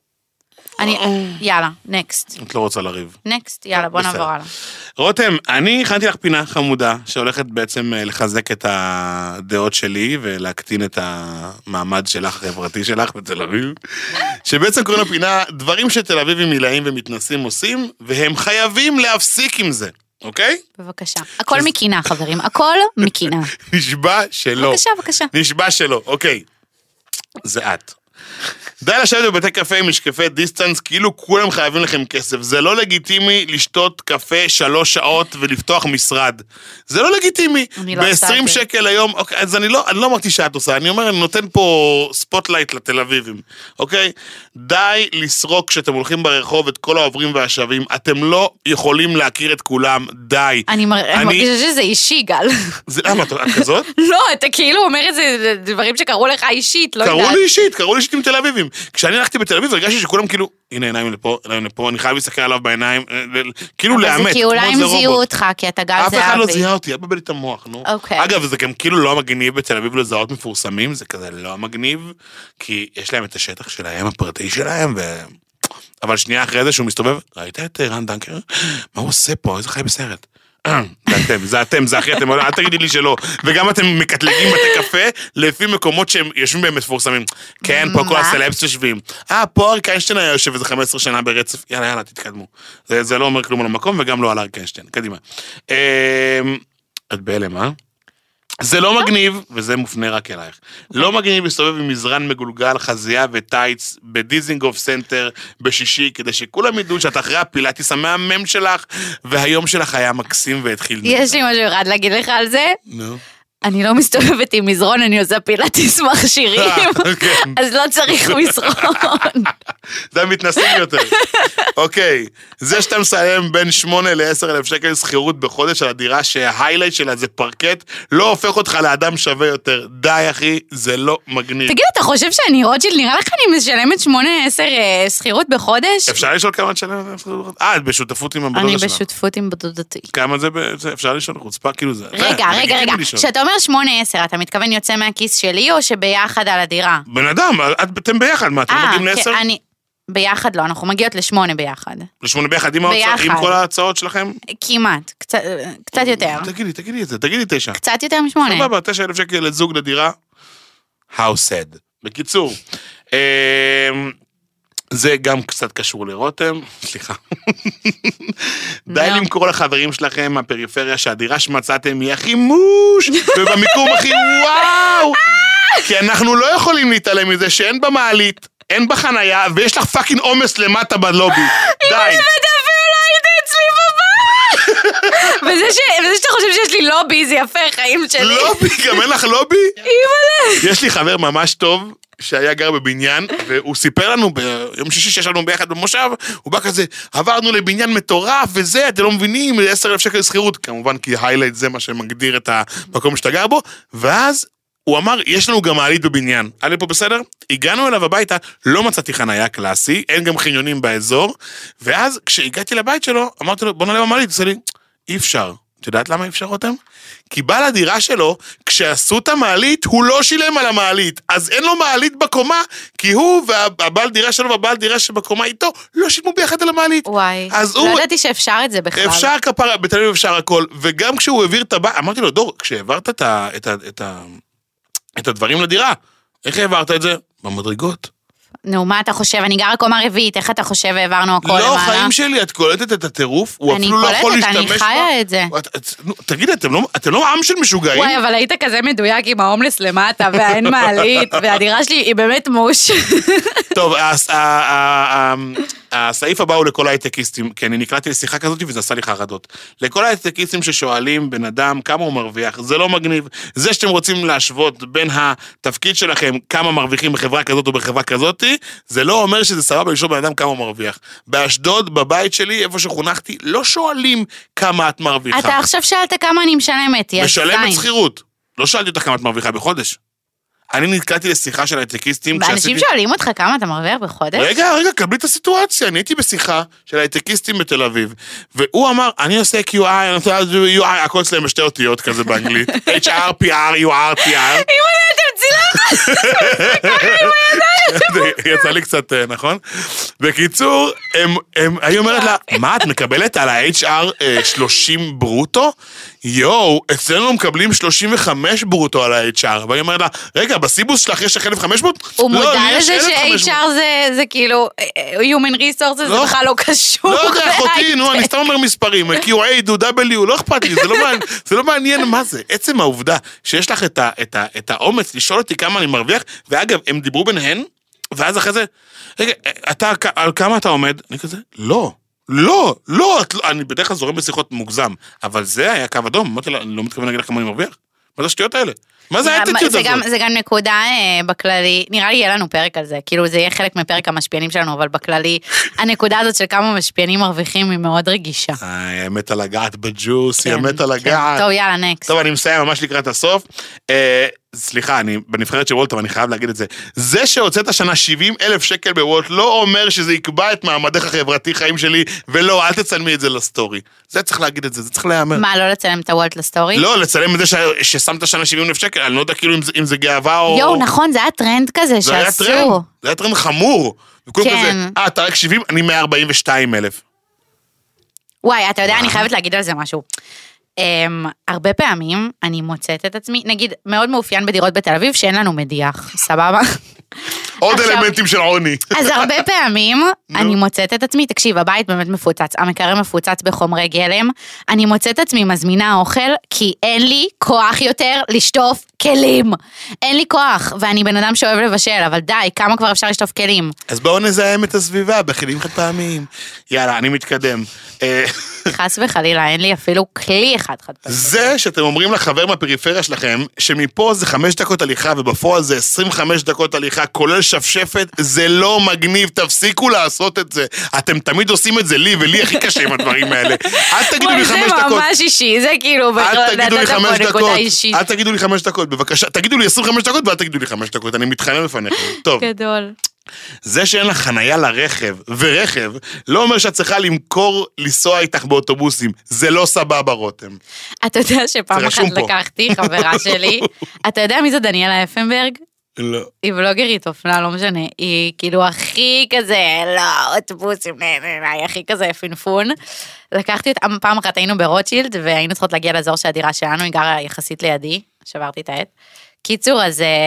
יאללה, נקסט. את לא רוצה לריב. נקסט, יאללה, בוא נעבור הלאה. רותם, אני הכנתי לך פינה חמודה, שהולכת בעצם לחזק את הדעות שלי, ולהקטין את המעמד שלך, החברתי שלך בתל אביב, שבעצם קוראים לפינה, דברים שתל אביבים מילאים ומתנסים עושים, והם חייבים להפסיק עם זה. אוקיי? בבקשה. הכל מקינה, חברים. הכל מקינה. נשבע שלא. בבקשה. נשבע שלא. אוקיי. זה את. די לשבת בבתי קפה עם משקפי דיסטנס, כאילו כולם חייבים לכם כסף. זה לא לגיטימי לשתות קפה 3 שעות ולפתוח משרד. זה לא לגיטימי. ב-20 שקל היום, אוקיי, אז אני לא אמרתי שאת עושה, אני אומר, אני נותן פה ספוטלייט לתל אביבים, אוקיי? די לסרוק כשאתם הולכים ברחוב את כל העוברים והשבים, אתם לא יכולים להכיר את כולם, די. אני מרגישה שזה אישי, גל. זה למה, את כזאת? לא, אתה כאילו אומר את זה, דברים שקראו לך אישית, לא יודעת. קראו לי אישית עם תל אביבים. כשאני הלכתי בתל אביב, הרגשתי שכולם כאילו, הנה עיניים לפה, אני חייב להסתכל עליו בעיניים, כאילו לאמת. אבל זה כי אולי הם זיהו אותך, כי אתה גל זהבי. אף אחד לא זיהה אותי, אל תבלבל לי את המוח, נו. אגב, זה גם כאילו לא מגניב בתל אביב לזהות מפורסמים, זה כזה לא מגניב, כי יש להם את השטח שלהם, הפרטי שלהם, אבל שנייה אחרי זה שהוא מסתובב, ראית את רן דנקר? מה הוא עושה פה? איזה חי בסרט? זה אתם, זה אחי, אל תגידי לי שלא. וגם אתם מקטלגים בתי קפה, לפי מקומות שהם יושבים בהם מפורסמים. כן, פה כל הסלבס יושבים. פה אריק איינשטיין היה יושב איזה 15 שנה ברצף. יאללה, תתקדמו. זה לא אומר כלום על המקום, וגם לא על אריק איינשטיין. קדימה. את בהלם, אה? זה לא מגניב, וזה מופנה רק אלייך. לא מגניב להסתובב עם מזרן מגולגל, חזייה וטייץ, בדיזינגוף סנטר, בשישי, כדי שכולם ידעו שאת אחרי הפילאטיס המהמם שלך, והיום שלך היה מקסים והתחיל. יש לי משהו אחד להגיד לך על זה. נו. אני לא מסתובבת עם מזרון, אני עושה פילאטיס מכשירים, אז לא צריך מזרון. זה המתנסים יותר. אוקיי, זה שאתה מסיים בין 8 ל-10,000 שקל שכירות בחודש על הדירה שההיילייט שלה זה פרקט, לא הופך אותך לאדם שווה יותר. די אחי, זה לא מגניב. תגיד, אתה חושב שאני רוטשילד, נראה לך אני משלמת 8-10 שכירות בחודש? אפשר לשאול כמה את שלמת שכירות בחודש? את בשותפות עם הבדודה שלך. אני בשותפות עם בדודתי. כמה זה, אפשר לשאול חוצפה, כאילו זה. רגע, כשאתה אומר 8-10, אתה מתכוון יוצא מהכיס שלי או שביחד על הדירה? בן אדם, אתם ביחד, מה, אתם מגיעים ל-10? ביחד לא, אנחנו מגיעות ל8 ביחד. ל8 ביחד עם כל ההצעות שלכם? כמעט, קצת יותר. תגידי את זה, תגידי 9. קצת יותר מ8. סבבה, 9,000 שקל לזוג לדירה. How sad. בקיצור, זה גם קצת קשור לרותם, סליחה. די למכור לחברים שלכם מהפריפריה שהדירה שמצאתם היא הכי מוש, ובמיקום הכי וואו, כי אנחנו לא יכולים להתעלם מזה שאין במעלית, אין בחנייה, ויש לך פאקינג עומס למטה בלובי. די. אם אתה אפילו לא היית אצלי בבית. וזה שאתה חושב שיש לי לובי, זה יפה, חיים שלי. לובי, גם אין לך לובי? אימא'לה. יש לי חבר ממש טוב, שהיה גר בבניין, והוא סיפר לנו ביום שישי שיש לנו ביחד במושב, הוא בא כזה, עברנו לבניין מטורף וזה, אתם לא מבינים, 10,000 שקל שכירות, כמובן כי היילייט זה מה שמגדיר את המקום שאתה גר בו, ואז הוא אמר, יש לנו גם מעלית בבניין, עלי פה בסדר? הגענו אליו הביתה, לא מצאתי חנייה קלאסי, אין גם חניונים באזור, ואז כשהגעתי לבית שלו, אמרתי לו, בוא נעלה במעלית, הוא עושה לי, אי אפשר. את יודעת למה אי אפשר אותם? כי בעל הדירה שלו, כשעשו את המעלית, הוא לא שילם על המעלית, אז אין לו מעלית בקומה, כי הוא והבעל דירה שלו והבעל דירה שבקומה איתו, לא שילמו ביחד על המעלית. וואי, לא ידעתי שאפשר את זה בכלל. אפשר כפרה, בתל אביב אפשר הכל, וגם כשהוא העביר את הבא, אמרתי לו, דור, כשהעברת את הדברים לדירה, איך העברת את זה? במדרגות. נו, מה אתה חושב? אני גרה קומה רביעית, איך אתה חושב העברנו הכל למעלה? לא, חיים שלי, את קולטת את הטירוף, הוא אפילו לא יכול להשתמש. אני חיה את זה. תגידי, אתם לא עם של משוגעים? וואי, אבל היית כזה מדויק עם ההומלס למטה, והאין מעלית, והדירה שלי היא באמת מוש. טוב, הסעיף הבא הוא לכל ההייטקיסטים, כי אני נקלעתי לשיחה כזאת וזה עשה לי חרדות. לכל ההייטקיסטים ששואלים בן אדם כמה הוא מרוויח, זה לא מגניב. זה שאתם רוצים להשוות בין התפקיד שלכם, כמה מרוויחים בחברה כזאת או בחברה כזאת, זה לא אומר שזה סבבה לשאול בן אדם כמה הוא מרוויח. באשדוד, בבית שלי, איפה שחונכתי, לא שואלים כמה את מרוויחה. אתה עכשיו שאלת כמה אני משלמת. משלמת שכירות. לא שאלתי אותך כמה את מרוויחה בחודש. אני נתקלתי לשיחה של הייטקיסטים. ואנשים שואלים אותך כמה אתה מרוויח בחודש? רגע, קבלי את הסיטואציה. אני הייתי בשיחה של הייטקיסטים בתל אביב, והוא אמר, אני עושה QI, אני עושה UI, הכל אצלם בשתי אותיות כזה באנגלית. HR, PR, UR, PR. אם אני אתם צילה. יצא לי קצת, נכון? בקיצור, אני אומרת לה, מה, את מקבלת על ה-HR 30 ברוטו? יואו, אצלנו מקבלים 35 ברוטו על ה-HR, ואני אומרת לה, רגע, בסיבוס שלך יש 1,500? הוא מודע לזה ש-HR זה כאילו, Human Resources זה בכלל לא קשור. לא יודע, אחותי, נו, אני סתם אומר מספרים, QA, W, לא אכפת לי, זה לא מעניין מה זה. עצם העובדה שיש לך את האומץ לשאול אותי כמה אני מרוויח, ואגב, הם דיברו ביניהן, ואז אחרי זה, רגע, על כמה אתה עומד? אני כזה, לא, אני בדרך כלל זורם בשיחות מוגזם, אבל זה היה קו אדום, אמרתי לה, אני לא מתכוון להגיד לך כמה אני מרוויח, מה זה השטויות האלה? מה זה האטיטוד הזאת? זה גם נקודה בכללי, נראה לי יהיה לנו פרק על זה, כאילו זה יהיה חלק מפרק המשפיענים שלנו, אבל בכללי, הנקודה הזאת של כמה משפיענים מרוויחים היא מאוד רגישה. היא אמת על הגעת בג'וס, היא אמת על הגעת. טוב, יאללה, נקסט. טוב, אני מסיים ממש לקראת הסוף. סליחה, אני בנבחרת של וולט, אבל אני חייב להגיד את זה. זה שהוצאת השנה 70,000 שקל בוולט, לא אומר שזה יקבע את מעמדך החברתי חיים שלי, ולא, אל תצלמי את זה לסטורי. זה צריך להגיד את זה, זה צריך להיאמר. מה, לא לצלם את הוולט לסטורי? לא, לצלם את זה ששמת השנה 70,000 שקל, אני לא יודע כאילו אם זה גאווה או... יואו, נכון, זה היה טרנד כזה שעשו. זה היה טרנד חמור. כן. אתה רק 70, אני 142,000. וואי, אתה יודע, אני חייבת להגיד על זה משהו. הרבה פעמים אני מוצאת את עצמי, נגיד, מאוד מאופיין בדירות בתל אביב, שאין לנו מדיח, סבבה? עוד אלמנטים של עוני. אז הרבה פעמים אני מוצאת את עצמי, תקשיב, הבית באמת מפוצץ, המקרר מפוצץ בחומרי גלם, אני מוצאת את עצמי מזמינה אוכל, כי אין לי כוח יותר לשטוף כלים. אין לי כוח, ואני בן אדם שאוהב לבשל, אבל די, כמה כבר אפשר לשטוף כלים? אז בואו נזהם את הסביבה, בכלים חד פעמיים. יאללה, אני מתקדם. חס וחלילה, אין לי אפילו כלי אחד חד פעמים. זה שאתם אומרים לחבר מהפריפריה שלכם, שמפה זה 5 דקות הליכה, ובפועל זה 25 דקות הליכה, כולל שפשפת, זה לא מגניב, תפסיקו לעשות את זה. אתם תמיד עושים את זה לי, ולי הכי קשה עם הדברים האלה. אל תגידו לי 5 דקות. זה ממש אישי, זה כאילו... אל תגידו לי 5 דקות. אל תגידו לי 5 דקות, בבקשה. תגידו לי 25 דקות, ואל תגידו לי 5 דקות. אני מתחנן לפניכם. טוב. גדול. זה שאין לך חנייה לרכב, ורכב, לא אומר שאת צריכה למכור, לנסוע איתך באוטובוסים. זה לא סבבה, רותם. אתה יודע שפעם אחת לקחתי חברה שלי, אתה יודע מי זה דניאלה אפנברג? לא. היא בלוגרית אופנה, לא משנה. היא כאילו הכי כזה, לא, אוטובוסים, היא הכי כזה פינפון. לקחתי אותה, פעם אחת היינו ברוטשילד, והיינו צריכות להגיע לאזור שהדירה שלנו, היא גרה יחסית לידי, שברתי את העט. קיצור,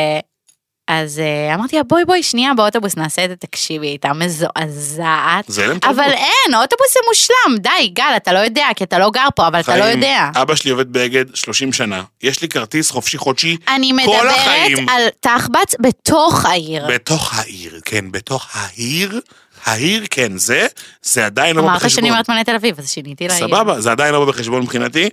אז אמרתי לה, בואי, שנייה, באוטובוס נעשה את זה, תקשיבי, הייתה מזועזעת. אבל אין, אוטובוס זה מושלם, די, גל, אתה לא יודע, כי אתה לא גר פה, אבל אתה לא יודע. אבא שלי עובד באגד 30 שנה, יש לי כרטיס חופשי חודשי כל החיים. אני מדברת על תחבץ בתוך העיר. בתוך העיר, כן, בתוך העיר. העיר, כן, זה עדיין לא בחשבון. אמרת שאני אומרת מלא תל אביב, אז שיניתי לעיר. סבבה, זה עדיין לא בחשבון מבחינתי.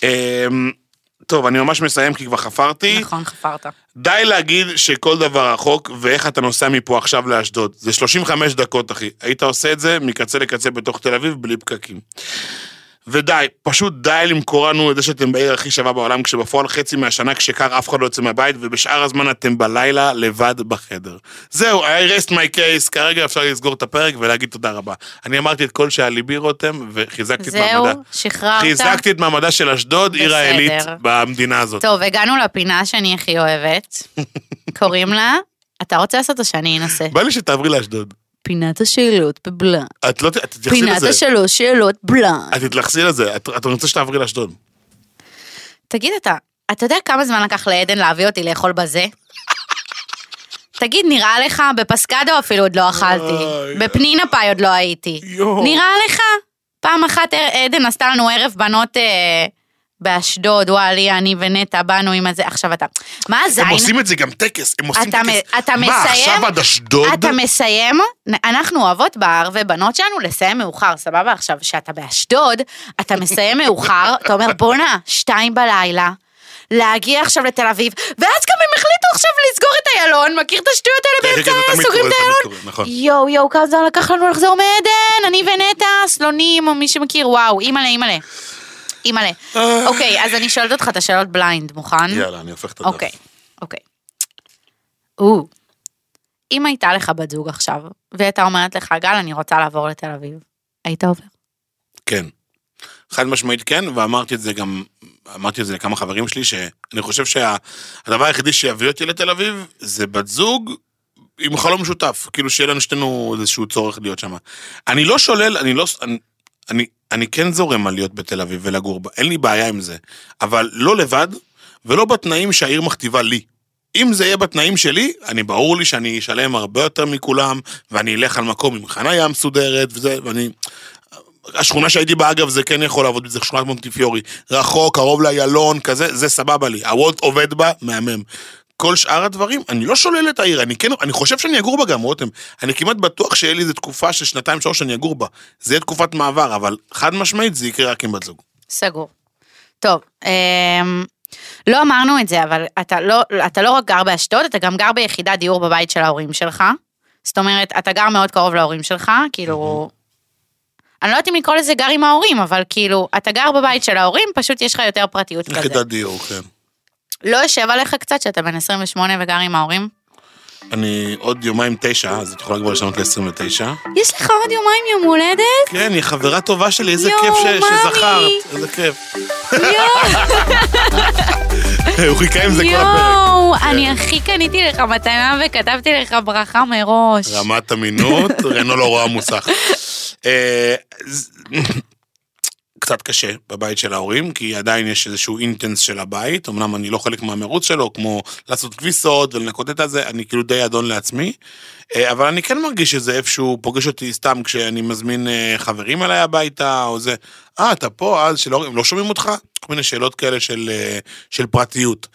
טוב, אני ממש מסיים כי כבר חפרתי. נכון, חפרת. די להגיד שכל דבר רחוק, ואיך אתה נוסע מפה עכשיו לאשדוד. זה 35 דקות, אחי. היית עושה את זה מקצה לקצה בתוך תל אביב, בלי פקקים. ודי, פשוט די למכור לנו את זה שאתם בעיר הכי שווה בעולם, כשבפועל חצי מהשנה כשקר אף אחד לא יוצא מהבית, ובשאר הזמן אתם בלילה לבד בחדר. זהו, I rest my case, כרגע אפשר לסגור את הפרק ולהגיד תודה רבה. אני אמרתי את כל שעל ליבי רותם, וחיזקתי את מעמדה. זהו, שחררת. חיזקתי את מעמדה של אשדוד, עיר העילית במדינה הזאת. טוב, הגענו לפינה שאני הכי אוהבת. קוראים לה, אתה רוצה לעשות או שאני אנסה? בא לי שתעברי לאשדוד. פינת השאלות בבלן. את לא, תתייחסי לזה. פינת השלוש שאלות בלן. את תתלחסי לזה, את רוצה שתעברי לאשדוד. תגיד אתה יודע כמה זמן לקח לעדן להביא אותי לאכול בזה? תגיד, נראה לך, בפסקדו אפילו עוד לא אכלתי. בפנינה פאי עוד לא הייתי. נראה לך? פעם אחת עדן עשתה לנו ערב בנות באשדוד, וואלי, אני ונטה, באנו עם הזה, עכשיו אתה, מה הזין? הם עושים את זה גם טקס, הם עושים טקס. אתה מה, מסיים? עכשיו עד אשדוד? אתה מסיים, אנחנו אוהבות בר ובנות שלנו לסיים מאוחר, סבבה? עכשיו, שאתה באשדוד, אתה מסיים מאוחר, אתה אומר, בונה, 2 בלילה, להגיע עכשיו לתל אביב, ואז גם הם החליטו עכשיו לסגור את איילון, מכיר את השטויות האלה באמצע, סוגרים את איילון? יואו, כמה זמן לקח לנו לחזור מעדן, אני ונטה, סלונים, או מי שמכיר, וואו, אימאלה. אוקיי, אז אני שואלת אותך את השאלות בליינד, מוכן? יאללה, אני הופך את הדף. אוקיי. אם הייתה לך בת זוג עכשיו, והייתה אומרת לך, גל, אני רוצה לעבור לתל אביב, היית עובר? כן. חד משמעית כן, ואמרתי את זה גם, אמרתי את זה לכמה חברים שלי, שאני חושב שהדבר היחידי שיביא אותי לתל אביב, זה בת זוג עם חלום משותף, כאילו שיהיה לנו שתינו איזשהו צורך להיות שם. אני לא שולל, אני כן זורם על להיות בתל אביב ולגור בה, אין לי בעיה עם זה, אבל לא לבד, ולא בתנאים שהעיר מכתיבה לי. אם זה יהיה בתנאים שלי, ברור לי שאני אשלם הרבה יותר מכולם, ואני אלך על מקום עם חניה מסודרת, השכונה שהייתי בה, אגב, זה כן יכול לעבוד, זה שכונת מונטיפיורי, רחוק, קרוב לאיילון, כזה, זה סבבה לי, הוולט עובד בה, מהמם. כל שאר הדברים, אני לא שולל את העיר, אני חושב שאני אגור בה גם, רותם, אני כמעט בטוח שיהיה לי איזו תקופה של 2-3 שאני אגור בה, זה יהיה תקופת מעבר, אבל חד משמעית זה יקרה רק עם בת זוג. סגור. טוב, לא אמרנו את זה, אבל אתה לא רק גר באשדוד, אתה גם גר ביחידת דיור בבית של ההורים שלך, זאת אומרת, אתה גר מאוד קרוב להורים שלך, כאילו, אני לא יודעת אם לקרוא לזה גר עם ההורים, אבל כאילו, אתה גר בבית של ההורים, פשוט יש לך יותר פרטיות כזה. יחידת דיור, כן. לא יושב עליך קצת שאתה בן 28 וגר עם ההורים? אני עוד יומיים 9, אז את יכולה כבר לשנות ל-29. יש לך עוד יומיים יום הולדת? כן, היא חברה טובה שלי, איזה כיף שזכרת, איזה כיף. הוא חיכה עם זה כל הפרק. יואו, אני הכי קניתי לך מתנה וכתבתי לך ברכה מראש. רמת אמינות, רנו לא רואה מוסך. קצת קשה בבית של ההורים, כי עדיין יש איזשהו אינטנס של הבית, אמנם אני לא חלק מהמרוץ שלו, כמו לעשות כביסות ולנקות את זה, אני כאילו די אדון לעצמי, אבל אני כן מרגיש שזה איפשהו פוגש אותי סתם כשאני מזמין חברים אליי הביתה, או זה, אתה פה, אז הם לא שומעים אותך? כל מיני שאלות כאלה של פרטיות.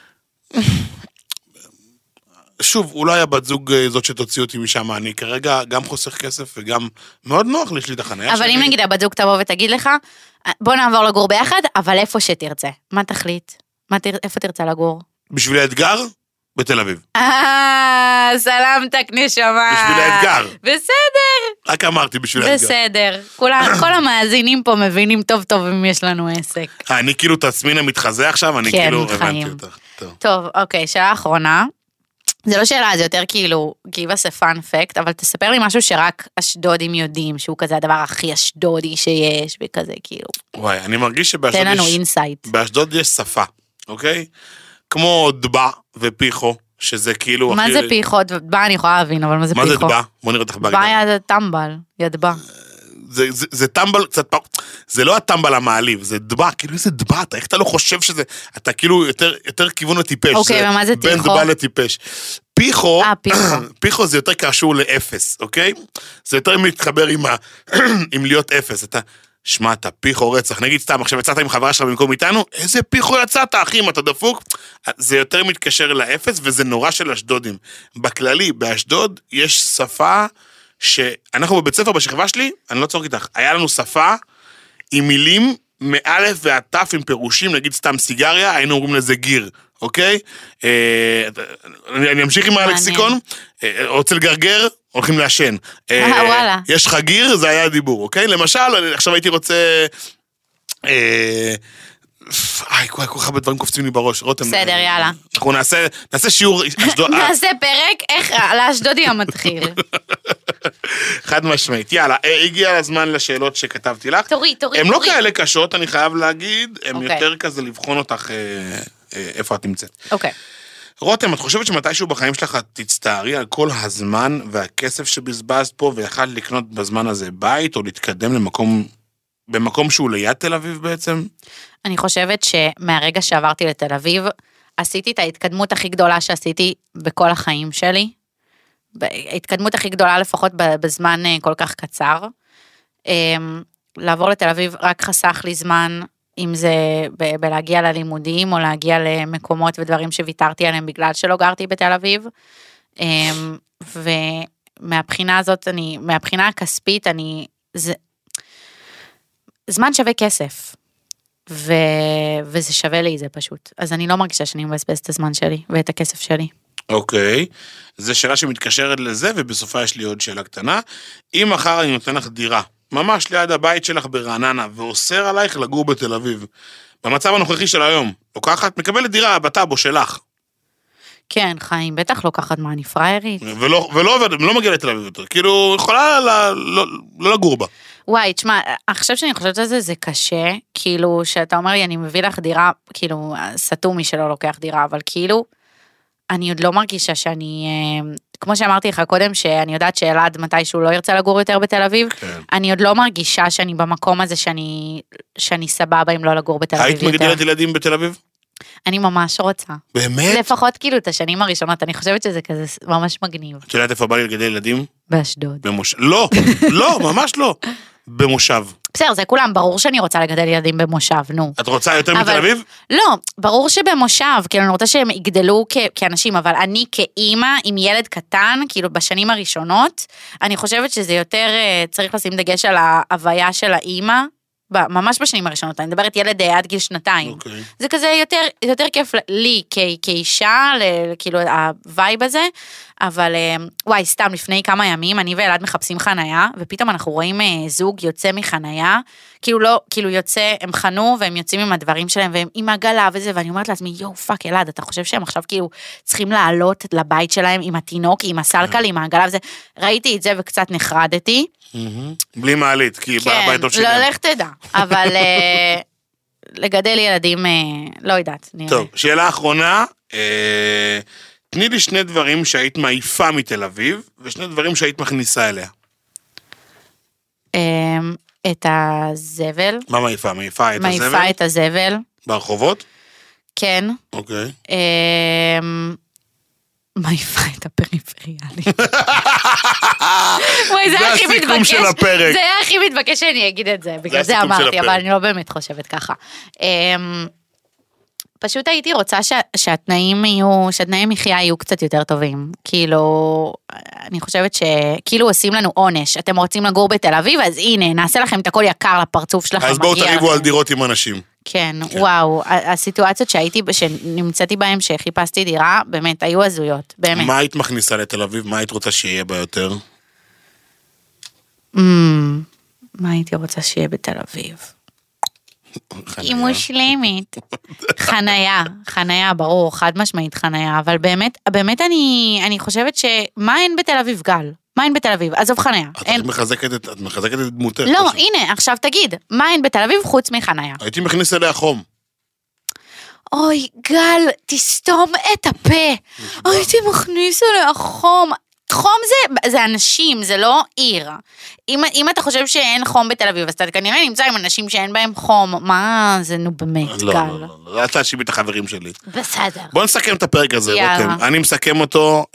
שוב, אולי הבת זוג זאת שתוציא אותי משם, אני כרגע גם חוסך כסף וגם מאוד נוח לי שלי את החניה. אבל אם נגיד הבת זוג תבוא ותגיד לך, בוא נעבור לגור ביחד, אבל איפה שתרצה. מה תחליט? איפה תרצה לגור? בשביל האתגר? בתל אביב. סלמתק נשמה. בשביל האתגר. בסדר. רק אמרתי בשביל האתגר. בסדר. כל המאזינים פה מבינים טוב טוב אם יש לנו עסק. אני כאילו תסמין המתחזה עכשיו, אני כאילו הבנתי אותך. טוב, אוקיי, שאלה אחרונה. זה לא שאלה, זה יותר כאילו, give us a fun fact, אבל תספר לי משהו שרק אשדודים יודעים, שהוא כזה הדבר הכי אשדודי שיש, וכזה כאילו. וואי, אני מרגיש שבאשדוד תן לנו אינסייט. באשדוד יש שפה, אוקיי? כמו דבא ופיחו, שזה כאילו... מה זה פיחו? דבא אני יכולה להבין, אבל מה זה פיחו? מה זה דבא? בוא נראה אותך בהגדרה. דבא זה טמבל, ידבא. זה טמבל קצת פעם, זה לא הטמבל המעליב, זה דבא, כאילו איזה דבא, איך אתה לא חושב שזה, אתה כאילו יותר כיוון לטיפש. אוקיי, ומה זה טיחו? בין דבא לטיפש. פיחו זה יותר קשור לאפס, אוקיי? זה יותר מתחבר עם להיות אפס, אתה... שמע, אתה פיחו רצח, נגיד סתם, עכשיו יצאת עם חברה שלך במקום איתנו, איזה פיחו יצאת, אחי, אם אתה דפוק? זה יותר מתקשר לאפס, וזה נורא של אשדודים. בכללי, באשדוד יש שפה שאנחנו בבית ספר בשכבה שלי, אני לא צורך איתך, היה לנו שפה עם מילים מאלף ועטף עם פירושים, נגיד סתם סיגריה, היינו אומרים לזה גיר, אוקיי? אני אמשיך עם הלקסיקון, רוצה לגרגר, הולכים לעשן. וואלה. יש לך גיר, זה היה הדיבור, אוקיי? למשל, עכשיו הייתי רוצה... כל כך הרבה דברים קופצים לי בראש, רותם. בסדר, יאללה. אנחנו נעשה שיעור... נעשה פרק, איך לאשדודי המתחיל. חד משמעית. יאללה, הגיע הזמן לשאלות שכתבתי לך. תורי. הן לא כאלה קשות, אני חייב להגיד, הן יותר כזה לבחון אותך איפה את נמצאת. אוקיי. רותם, את חושבת שמתישהו בחיים שלך תצטערי על כל הזמן והכסף שבזבזת פה, ויכלת לקנות בזמן הזה בית, או להתקדם במקום שהוא ליד תל אביב בעצם? אני חושבת שמהרגע שעברתי לתל אביב, עשיתי את ההתקדמות הכי גדולה שעשיתי בכל החיים שלי. ההתקדמות הכי גדולה לפחות בזמן כל כך קצר. לעבור לתל אביב רק חסך לי זמן, אם זה בלהגיע ללימודים, או להגיע למקומות ודברים שוויתרתי עליהם בגלל שלא גרתי בתל אביב. ומהבחינה הזאת, מהבחינה הכספית, זמן שווה כסף. וזה שווה לי זה פשוט. אז אני לא מרגישה שאני מבזבז את הזמן שלי ואת הכסף שלי. אוקיי, זו שאלה שמתקשרת לזה, ובסופה יש לי עוד שאלה קטנה. אם מחר אני נותן לך דירה, ממש ליד הבית שלך ברעננה, ואוסר עלייך לגור בתל אביב, במצב הנוכחי של היום, לוקחת, מקבלת דירה בטאבו שלך. כן, חיים, בטח לוקחת מה, אני פריירית. ולא מגיע לתל אביב יותר, כאילו, יכולה לא לגור בה. וואי, תשמע, עכשיו שאני חושבת על זה, זה קשה, כאילו, שאתה אומר לי, אני מביא לך דירה, כאילו, סתומי שלא לוקח דירה, אבל כאילו, אני עוד לא מרגישה שאני, כמו שאמרתי לך קודם, שאני יודעת שאלעד מתישהו לא ירצה לגור יותר בתל אביב, כן. אני עוד לא מרגישה שאני במקום הזה שאני סבבה אם לא לגור בתל אביב יותר. היית מגדלת ילדים בתל אביב? אני ממש רוצה. באמת? לפחות כאילו את השנים הראשונות, אני חושבת שזה כזה ממש מגניב. את יודעת איפה בא לי לגדל ילדים? באשדוד. לא, ממש לא. במושב. בסדר, זה כולם, ברור שאני רוצה לגדל ילדים במושב, נו. את רוצה יותר מתל אביב? לא, ברור שבמושב, כאילו אני רוצה שהם יגדלו כאנשים, אבל אני כאימא עם ילד קטן, כאילו בשנים הראשונות, אני חושבת שזה יותר, צריך לשים דגש על ההוויה של האימא, ממש בשנים הראשונות, אני מדברת ילד עד גיל 2. זה כזה יותר כיף לי כאישה, כאילו הווייב הזה, אבל וואי, סתם לפני כמה ימים, אני ואלעד מחפשים חנייה, ופתאום אנחנו רואים זוג יוצא מחנייה, כאילו יוצא, הם חנו, והם יוצאים עם הדברים שלהם, והם עם עגלה וזה, ואני אומרת לעצמי, יו, פאק, אלעד, אתה חושב שהם עכשיו כאילו צריכים לעלות לבית שלהם עם התינוק, עם הסלקל, עם העגלה וזה, ראיתי את זה וקצת נחרדתי. בלי מעלית, כי בבית לא שלהם. כן, לא לך תדע, אבל לגדל ילדים, לא יודעת. טוב, שאלה אחרונה, תני לי 2 דברים שהיית מעיפה מתל אביב, ו2 דברים שהיית מכניסה אליה. את הזבל. מה מעיפה? מעיפה את הזבל? מעיפה את הזבל. ברחובות? כן. אוקיי. מעיפה את הפריפריאלי. זה הסיכום של הפרק. זה היה הכי מתבקש שאני אגיד את זה, בגלל זה אמרתי, אבל אני לא באמת חושבת ככה. פשוט הייתי רוצה שהתנאי מחיה יהיו קצת יותר טובים. כאילו, אני חושבת שכאילו עושים לנו עונש. אתם רוצים לגור בתל אביב, אז הנה, נעשה לכם את הכל יקר לפרצוף שלכם. אז בואו תריבו על דירות עם אנשים. כן, וואו, הסיטואציות שנמצאתי בהן, שחיפשתי דירה, באמת, היו הזויות, באמת. מה היית מכניסה לתל אביב? מה היית רוצה שיהיה בה יותר? מה הייתי רוצה שיהיה בתל אביב? היא מושלמת. חנייה, ברור, חד משמעית חנייה, אבל באמת אני חושבת שמה אין בתל אביב, גל? מה אין בתל אביב? עזוב חנייה. את מחזקת את דמותך. לא, הנה, עכשיו תגיד, מה אין בתל אביב חוץ מחנייה? הייתי מכניס אליה חום. אוי, גל, תסתום את הפה. הייתי מכניס אליה חום. חום זה אנשים, זה לא עיר. אם אתה חושב שאין חום בתל אביב, אז אתה כנראה נמצא עם אנשים שאין בהם חום. מה זה, נו באמת, גל. לא, אל תאשים את החברים שלי. בסדר. בוא נסכם את הפרק הזה, רותם. אני מסכם אותו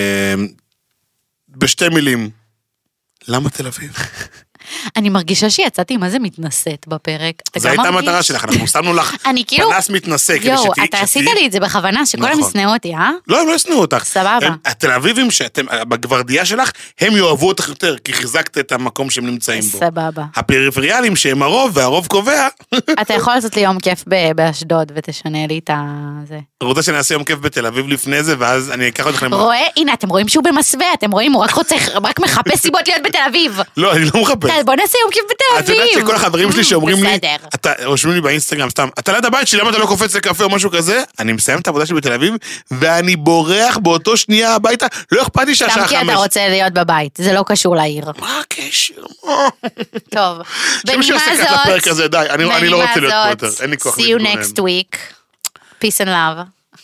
בשתי מילים. למה תל אביב? אני מרגישה שיצאתי מה זה מתנשאת בפרק. זה הייתה המטרה שלך, אנחנו שמנו לך פנס מתנשא. יואו, אתה עשית לי את זה בכוונה, שכולם יסנאו אותי, אה? לא, הם לא יסנאו אותך. סבבה. התל אביבים שאתם, בגוורדיה שלך, הם יאהבו אותך יותר, כי חיזקת את המקום שהם נמצאים בו. סבבה. הפריפריאליים שהם הרוב, והרוב קובע. אתה יכול לעשות לי יום כיף באשדוד, ותשנה לי את זה. רוצה שנעשה יום כיף בתל אביב לפני זה, ואז אני אקח אותך למראה. רואה, הנה, אתם רואים שהוא במסווה, אתם רואים, הוא רק מחפש סיבות להיות בתל אביב. לא, אני לא מחפש. בוא נעשה יום כיף בתל אביב. את יודעת שכל החברים שלי שאומרים לי, רושמים לי באינסטגרם סתם, אתה ליד הבית שלי, למה אתה לא קופץ לקפה או משהו כזה? אני מסיים את העבודה שלי בתל אביב, ואני בורח באותו שנייה הביתה, לא אכפת לי שהשעה 5. סתם כי אתה רוצה להיות בבית, זה לא קשור לעיר. מה הקשר? טוב, בנימה זאת, אני לא רוצה להיות פה יותר, אין לי כוח להתגונן. See you next week. Peace and love.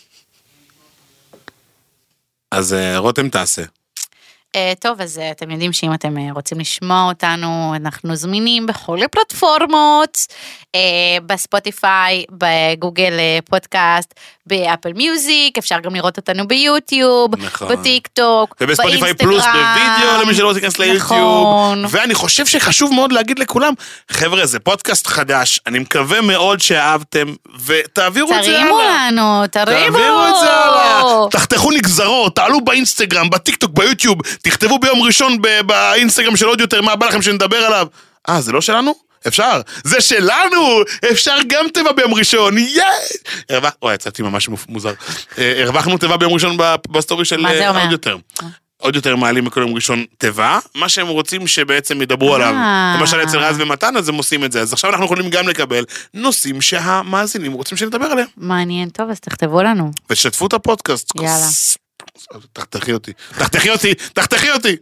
אז רותם תעשה. טוב, אז אתם יודעים שאם אתם רוצים לשמוע אותנו, אנחנו זמינים בכל הפלטפורמות, בספוטיפיי, בגוגל פודקאסט, באפל מיוזיק, אפשר גם לראות אותנו ביוטיוב, בטיק טוק, ובספוטיפיי פלוס בווידאו, למי שלא תיכנס ליוטיוב. ואני חושב שחשוב מאוד להגיד לכולם, חבר'ה, זה פודקאסט חדש, אני מקווה מאוד שאהבתם, ותעבירו את זה הלאה. תרימו לנו, תרימו את זה הלאה. תחתכו נגזרות, תעלו באינסטגרם, בטיק טוק, ביוטיוב, תכתבו ביום ראשון באינסטגרם של עוד יותר, מה בא לכם שנדבר עליו? זה לא שלנו? אפשר. זה שלנו! אפשר גם טבע ביום ראשון. יצאתי ממש מוזר. הרווחנו טבע ביום ראשון בסטורי של עוד יותר. עוד יותר מעלים בכל יום ראשון טבע, מה שהם רוצים שבעצם ידברו עליו. למשל אצל רז ומתן, אז הם עושים את זה. אז עכשיו אנחנו יכולים גם לקבל נושאים שהמאזינים רוצים שנדבר עליהם. מעניין, טוב, אז תכתבו לנו. ושתפו את הפודקאסט. יאללה. תחתכי אותי.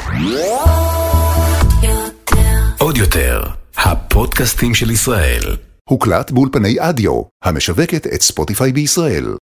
עוד יותר, הפודקאסטים של ישראל. הוקלט באולפני אדיו, המשווקת את ספוטיפיי בישראל.